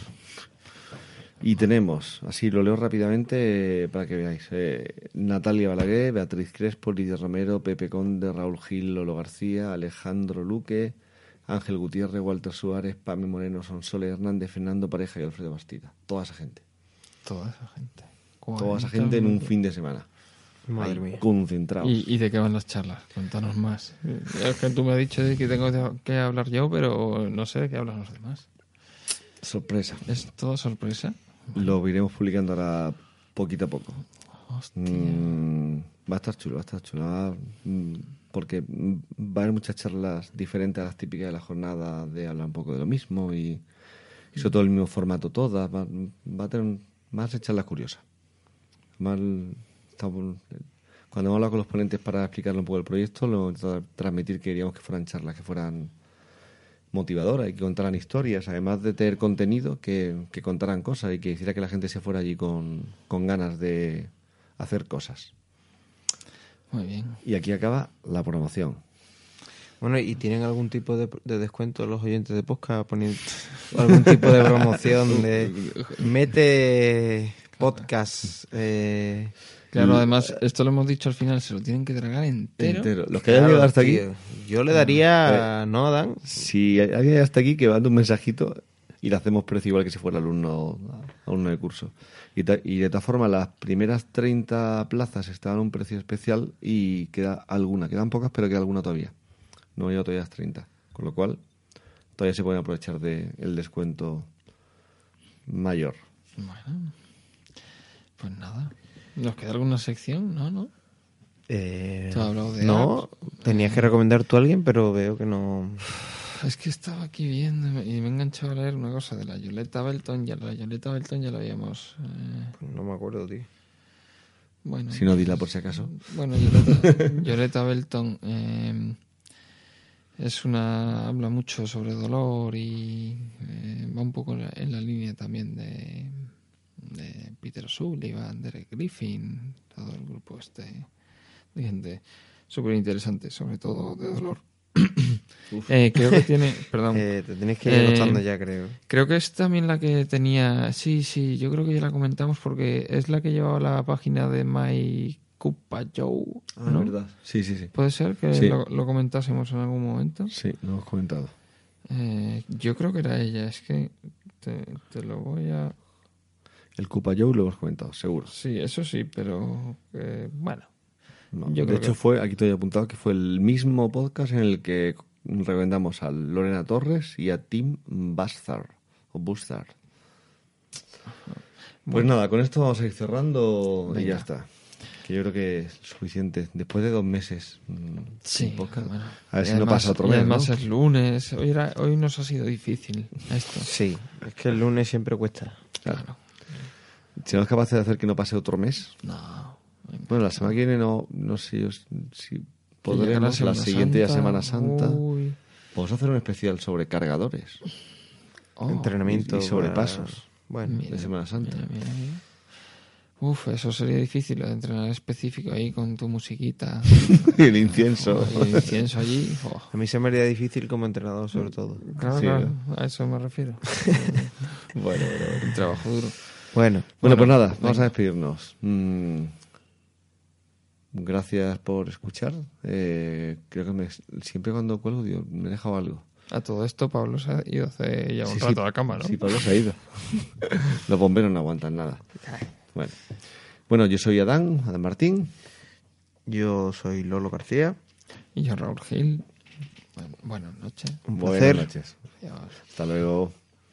Y tenemos, así lo leo rápidamente para que veáis, Natalia Balaguer, Beatriz Crespo, Lidia Romero, Pepe Conde, Raúl Gil, Lolo García, Alejandro Luque, Ángel Gutiérrez, Walter Suárez, Pami Moreno, Sonsoles Hernández, Fernando Pareja y Alfredo Bastida. Toda esa gente. Toda esa gente. Toda esa gente en un fin de semana. Madre Ahí, mía. concentrados. ¿Y de qué van las charlas? Cuéntanos más. Es que tú me has dicho de que tengo que hablar yo, pero no sé de qué hablan los demás. Sorpresa. ¿Es todo sorpresa? Lo iremos publicando ahora poquito a poco. Hostia. Va a estar chulo, porque va a haber muchas charlas diferentes a las típicas de la jornada, de hablar un poco de lo mismo y sobre todo el mismo formato todas. Va a tener más charlas curiosas. Cuando hemos hablado con los ponentes para explicarle un poco el proyecto, lo hemos intentado transmitir que queríamos que fueran charlas que fueran motivadoras y que contaran historias, además de tener contenido, que contaran cosas y que hiciera que la gente se fuera allí con ganas de hacer cosas. Muy bien. Y aquí acaba la promoción. Bueno, ¿y tienen algún tipo de descuento los oyentes de podcast? ¿Algún tipo de promoción de mete podcast? Claro, además, esto lo hemos dicho al final, se lo tienen que tragar entero. Los que hayan llegado hasta aquí, Tío, yo le daría, ¿no, Dan? si alguien llega hasta aquí, que mande un mensajito y le hacemos precio igual que si fuera alumno de curso. Y de todas formas, las primeras 30 plazas estaban a un precio especial y quedan pocas, pero queda alguna todavía. No ha llegado todavía las 30. Con lo cual, todavía se pueden aprovechar del descuento mayor. Bueno, pues nada. ¿Nos queda alguna sección? ¿No? Tú has hablado de No, tenías que recomendar tú a alguien, pero veo que no. Es que estaba aquí viendo y me he enganchado a leer una cosa de la Violeta Belton. La Violeta Belton ya la habíamos... No me acuerdo, tío. Bueno, Si no, dila por si acaso. Bueno, Violeta Belton habla mucho sobre dolor y va un poco en la línea también de Peter Sullivan, Derek Griffin, todo el grupo de gente súper interesante, sobre todo de dolor. Creo que tiene... Perdón. Te tienes que ir anotando ya, creo. Creo que es también la que tenía... Sí, yo creo que ya la comentamos porque es la que llevaba la página de My Cupa Joe, ¿no? verdad. Sí. ¿Puede ser que Sí. lo comentásemos en algún momento? Sí, lo hemos comentado. Yo creo que era ella. Es que te lo voy a... El Cupa Joe lo hemos comentado, seguro. Sí, eso sí, pero... bueno... No, Yo de creo hecho, que- aquí te he apuntado que fue el mismo podcast en el que recomendamos a Lorena Torres y a Tim Bastard. O Bustard. Pues nada, con esto vamos a ir cerrando y Venga. ya está. Que yo creo que es suficiente. Después de 2 meses sin Sí, podcast. bueno. A ver Y si no además- pasa otro y mes, además ¿no? es lunes. Hoy nos ha sido difícil esto. Sí, es que el lunes siempre cuesta. Claro. Si no es capaz de hacer que no pase otro mes. No. Bueno, la semana que viene no sé si Que llega podremos. La siguiente ya Semana Santa. Uy. Vamos a hacer un especial sobre cargadores Oh, Entrenamiento. y sobre para- pasos. Bueno, Mira, de Semana Santa. mira. Uf, eso sería difícil, lo de entrenar específico ahí con tu musiquita. Y el incienso. Y el incienso allí. Oh. a mí se me haría difícil como entrenador, sobre todo. Claro, Sí, claro, a eso me refiero. Bueno, El trabajo duro. Bueno, pues nada, vamos venga. a despedirnos. Gracias por escuchar. Creo que siempre cuando cuelgo digo, me he dejado algo. A todo esto, Pablo se ha ido hace ya un Sí, rato a la cama, ¿no? Sí, Pablo se ha ido. Los bomberos no aguantan nada. Bueno, yo soy Adán Martín. yo soy Lolo García. Y yo, Raúl Gil. Bueno, buenas noches. Un Buenas placer. noches. Adiós. Hasta luego.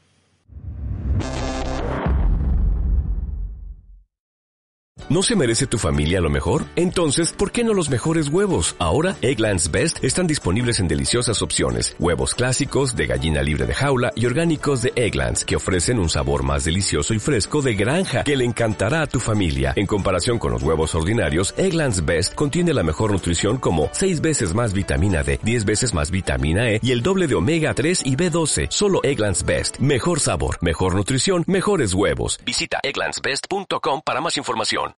¿No se merece tu familia lo mejor? Entonces, ¿por qué no los mejores huevos? Ahora, Eggland's Best están disponibles en deliciosas opciones. Huevos clásicos, de gallina libre de jaula y orgánicos de Eggland's, que ofrecen un sabor más delicioso y fresco de granja que le encantará a tu familia. En comparación con los huevos ordinarios, Eggland's Best contiene la mejor nutrición como 6 veces más vitamina D, 10 veces más vitamina E y el doble de omega 3 y B12. Solo Eggland's Best. Mejor sabor, mejor nutrición, mejores huevos. Visita egglandsbest.com para más información.